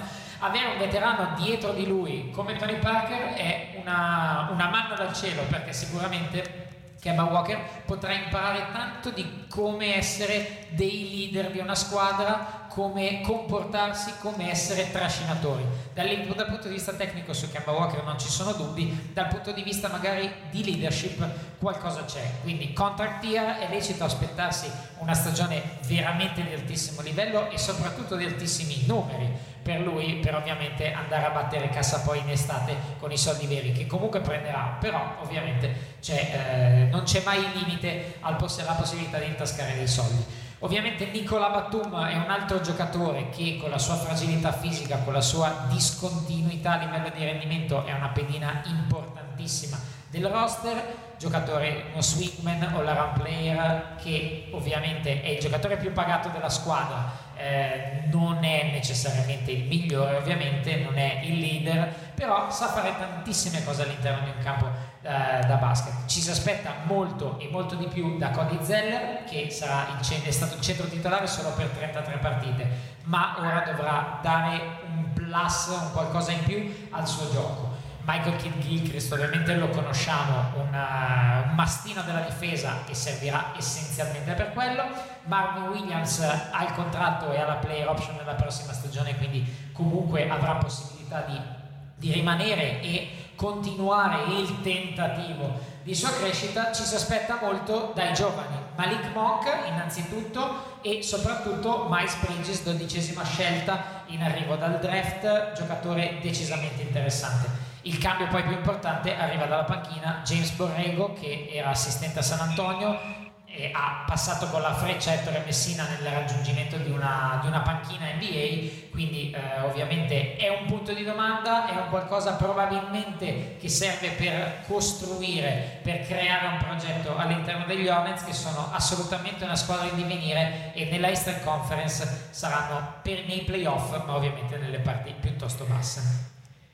avere un veterano dietro di lui come Tony Parker è una, una manna dal cielo, perché sicuramente Kemba Walker potrà imparare tanto di come essere dei leader di una squadra, come comportarsi, come essere trascinatori. Dal, dal punto di vista tecnico su Kemba Walker non ci sono dubbi, dal punto di vista magari di leadership qualcosa c'è, quindi contract year, è lecito aspettarsi una stagione veramente di altissimo livello e soprattutto di altissimi numeri per lui, per ovviamente andare a battere cassa poi in estate con i soldi veri che comunque prenderà, però ovviamente c'è, eh, non c'è mai limite al poss- alla possibilità di intascare dei soldi. Ovviamente Nicola Batum è un altro giocatore che con la sua fragilità fisica, con la sua discontinuità a livello di rendimento è una pedina importantissima del roster, giocatore, uno swingman, all-around player che ovviamente è il giocatore più pagato della squadra, eh, non è necessariamente il migliore, ovviamente non è il leader, però sa fare tantissime cose all'interno di un campo eh, da basket. Ci si aspetta molto e molto di più da Cody Zeller, che sarà il, è stato il centro titolare solo per trentatré partite, ma ora dovrà dare un plus, un qualcosa in più al suo gioco. Michael Kidd-Gilchrist ovviamente lo conosciamo, una, un mastino della difesa che servirà essenzialmente per quello. Marvin Williams ha il contratto e ha la player option nella prossima stagione, quindi comunque avrà possibilità di, di rimanere e continuare il tentativo di sua crescita. Ci si aspetta molto dai giovani, Malik Monk innanzitutto e soprattutto Miles Bridges, dodicesima scelta in arrivo dal draft, giocatore decisamente interessante. Il cambio poi più importante arriva dalla panchina, James Borrego, che era assistente a San Antonio e ha passato con la freccia Ettore Messina nel raggiungimento di una, di una panchina N B A, quindi eh, ovviamente è un punto di domanda, è un qualcosa probabilmente che serve per costruire, per creare un progetto all'interno degli Hornets, che sono assolutamente una squadra in divenire e nella Eastern Conference saranno per, nei playoff, ma ovviamente nelle parti piuttosto basse.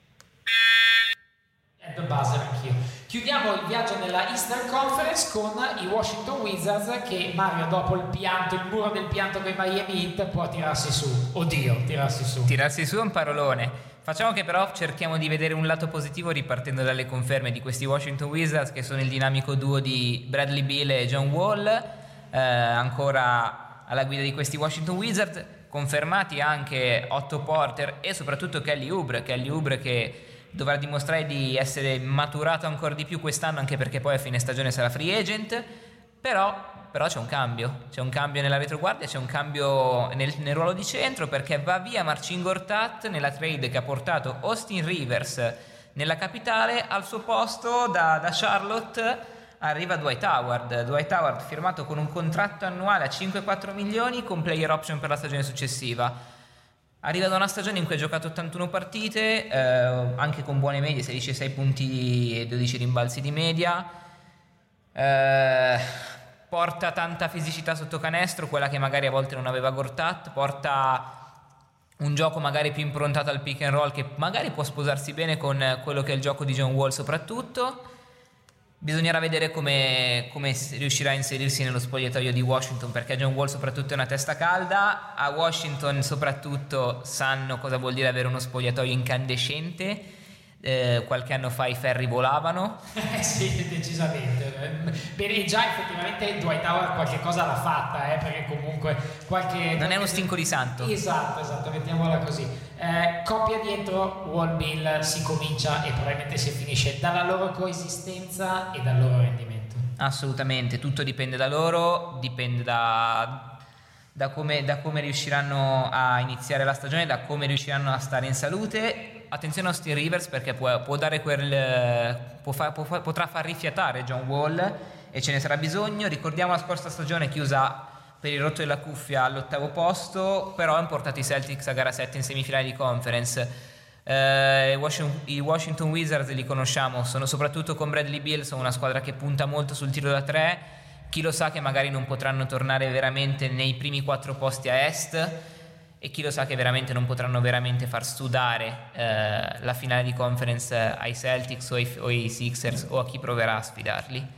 The buzzer anch'io. Chiudiamo il viaggio nella Eastern Conference con i Washington Wizards, che Mario, dopo il pianto, il muro del pianto con i Miami Heat, può tirarsi su. Oddio, tirarsi su. Tirarsi su è un parolone. Facciamo che però cerchiamo di vedere un lato positivo ripartendo dalle conferme di questi Washington Wizards, che sono il dinamico duo di Bradley Beal e John Wall, eh, ancora alla guida di questi Washington Wizards, confermati anche Otto Porter e soprattutto Kelly Oubre, Kelly Oubre che dovrà dimostrare di essere maturato ancora di più quest'anno, anche perché poi a fine stagione sarà free agent. Però, però c'è un cambio, c'è un cambio nella retroguardia, c'è un cambio nel, nel ruolo di centro, perché va via Marcin Gortat nella trade che ha portato Austin Rivers nella capitale. Al suo posto da, da Charlotte arriva Dwight Howard Dwight Howard firmato con un contratto annuale a cinque virgola quattro milioni con player option per la stagione successiva. Arriva da una stagione in cui ha giocato ottantuno partite, eh, anche con buone medie, sedici virgola sei punti e dodici rimbalzi di media. Eh, porta tanta fisicità sotto canestro, quella che magari a volte non aveva Gortat. Porta un gioco magari più improntato al pick and roll, che magari può sposarsi bene con quello che è il gioco di John Wall soprattutto. Bisognerà vedere come, come riuscirà a inserirsi nello spogliatoio di Washington, perché John Wall soprattutto è una testa calda. A Washington soprattutto sanno cosa vuol dire avere uno spogliatoio incandescente. Eh, qualche anno fa i ferri volavano. Eh sì, decisamente. Bene, già effettivamente Dwight Howard qualche cosa l'ha fatta, eh, perché comunque qualche... Non è uno stinco di santo. Esatto, esatto, mettiamola così. Eh, coppia dietro Wall Bill, si comincia e probabilmente si finisce dalla loro coesistenza e dal loro rendimento. Assolutamente, tutto dipende da loro, dipende da... Da come, da come riusciranno a iniziare la stagione, da come riusciranno a stare in salute. Attenzione a Austin Rivers, perché può, può dare quel può fa, può, potrà far rifiatare John Wall e ce ne sarà bisogno. Ricordiamo la scorsa stagione chiusa per il rotto della cuffia all'ottavo posto, però hanno portato i Celtics a gara sette in semifinale di conference. Eh, Washington, i Washington Wizards li conosciamo, sono soprattutto con Bradley Beal, sono una squadra che punta molto sul tiro da tre. Chi lo sa che magari non potranno tornare veramente nei primi quattro posti a est, e chi lo sa che veramente non potranno veramente far sudare eh, la finale di conference ai Celtics o ai, o ai Sixers o a chi proverà a sfidarli.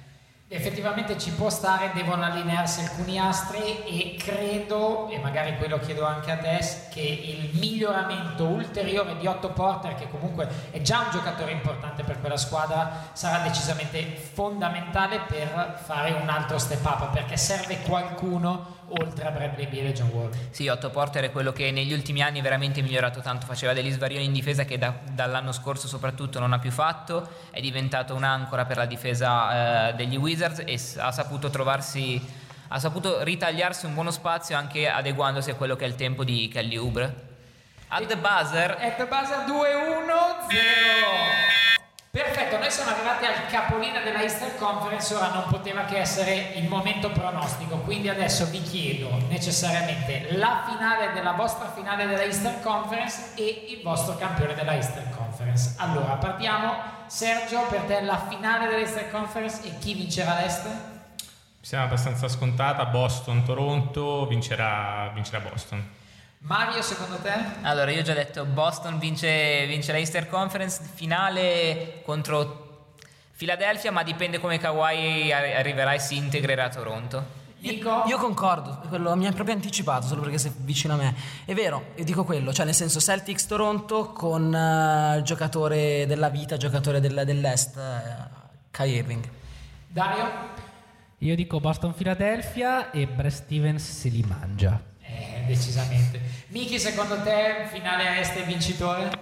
Effettivamente ci può stare, devono allinearsi alcuni astri e credo, e magari quello chiedo anche a te, che il miglioramento ulteriore di Otto Porter, che comunque è già un giocatore importante per quella squadra, sarà decisamente fondamentale per fare un altro step up, perché serve qualcuno oltre a Bradley Beal e John Wall. Sì, Otto Porter è quello che negli ultimi anni veramente migliorato tanto, faceva degli svarioni in difesa che da, dall'anno scorso soprattutto non ha più fatto, è diventato un'ancora per la difesa eh, degli Wizards e ha saputo trovarsi, ha saputo ritagliarsi un buono spazio anche adeguandosi a quello che è il tempo di Kelly Oubre. At the buzzer At the buzzer due uno zero. Perfetto, noi siamo arrivati al capolinea della Eastern Conference, ora non poteva che essere il momento pronostico, quindi adesso vi chiedo necessariamente la finale della vostra finale della Eastern Conference e il vostro campione della Eastern Conference. Allora, partiamo. Sergio, per te la finale della Eastern Conference e chi vincerà l'Est? Mi sembra abbastanza scontata, Boston-Toronto, vincerà, vincerà Boston. Mario, secondo te? Allora, io ho già detto Boston vince, vince la Eastern Conference, finale contro Philadelphia, ma dipende come Kawhi arriverà e si integrerà a Toronto. Nico? Io concordo, quello mi ha proprio anticipato solo perché sei vicino a me. È vero, io dico quello, cioè nel senso Celtics Toronto con uh, il giocatore della vita, giocatore del, dell'Est, uh, Kyrie Irving. Dario? Io dico Boston Philadelphia e Brad Stevens se li mangia. Eh, decisamente. Miki, secondo te finale Est e vincitore?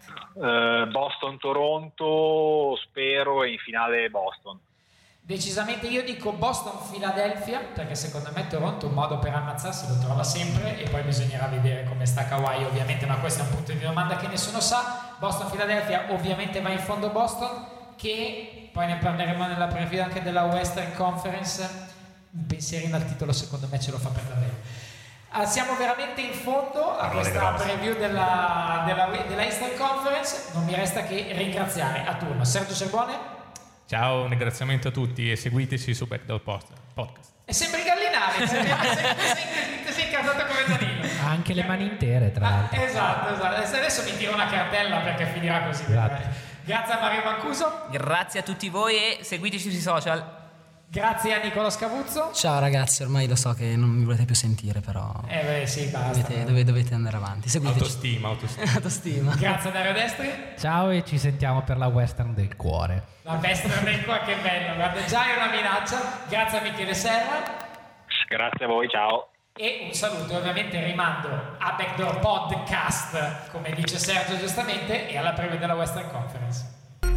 Uh, Boston-Toronto, spero, e in finale Boston. Decisamente io dico Boston-Philadelphia, perché secondo me Toronto un modo per ammazzarsi lo trova sempre e poi bisognerà vedere come sta Kawhi ovviamente, ma questo è un punto di domanda che nessuno sa. Boston-Philadelphia ovviamente va in fondo Boston, che poi ne parleremo nella preview anche della Western Conference. Un pensierino al titolo secondo me ce lo fa per davvero. Ah, siamo veramente in fondo a questa preview della, della, della Eastern Conference. Non mi resta che ringraziare a turno Sergio Cerbone. Ciao, un ringraziamento a tutti e seguiteci su Backdoor Podcast. E sembri Gallinari, sei, sei, sei incartato come Danilo. Ha anche le mani intere, tra l'altro. Ah, esatto, esatto. Adesso mi tiro una cartella perché finirà così. Esatto. Grazie a Mario Mancuso. Grazie a tutti voi e seguiteci sui social. Grazie a Nicolo Scavuzzo. Ciao ragazzi, ormai lo so che non mi volete più sentire, però Eh beh sì, basta. dovete, dove, dovete andare avanti. Seguiteci. Autostima, autostima. Autostima. Grazie a Dario Destri. Ciao e ci sentiamo per la Western del cuore. La Western del cuore, che bello, guarda, già è una minaccia. Grazie a Michele Serra. Grazie a voi, ciao. E un saluto, ovviamente rimando a Backdoor Podcast, come dice Sergio giustamente, e alla preview della Western Conference.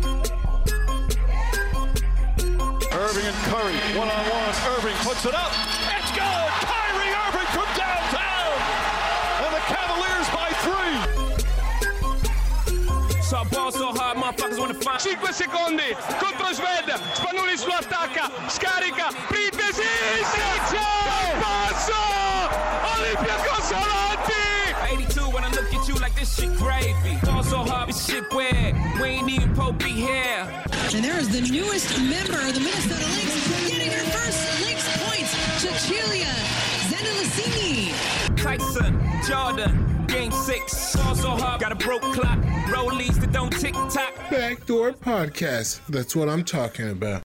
Irving and Curry, one on one. Irving puts it up. It's good. Kyrie Irving from downtown. And the Cavaliers by three. So ball so hard, motherfuckers wanna find. cinque secondi contro Sved. Spanulis lo attacca. Scarica. Printesi. Sergio. Passo. Olympiacos avanti. eighty-two when I look at you like this shit gravy. Ball so hard, this shit weird. We ain't even Pope be here. And there is the newest member of the Minnesota Lynx getting her first Lynx points, Cecilia Zendelicini. Tyson, Jordan, game six. Ball so hard, got a broke clock. Rollies that don't tick tock. Backdoor Podcast. That's what I'm talking about.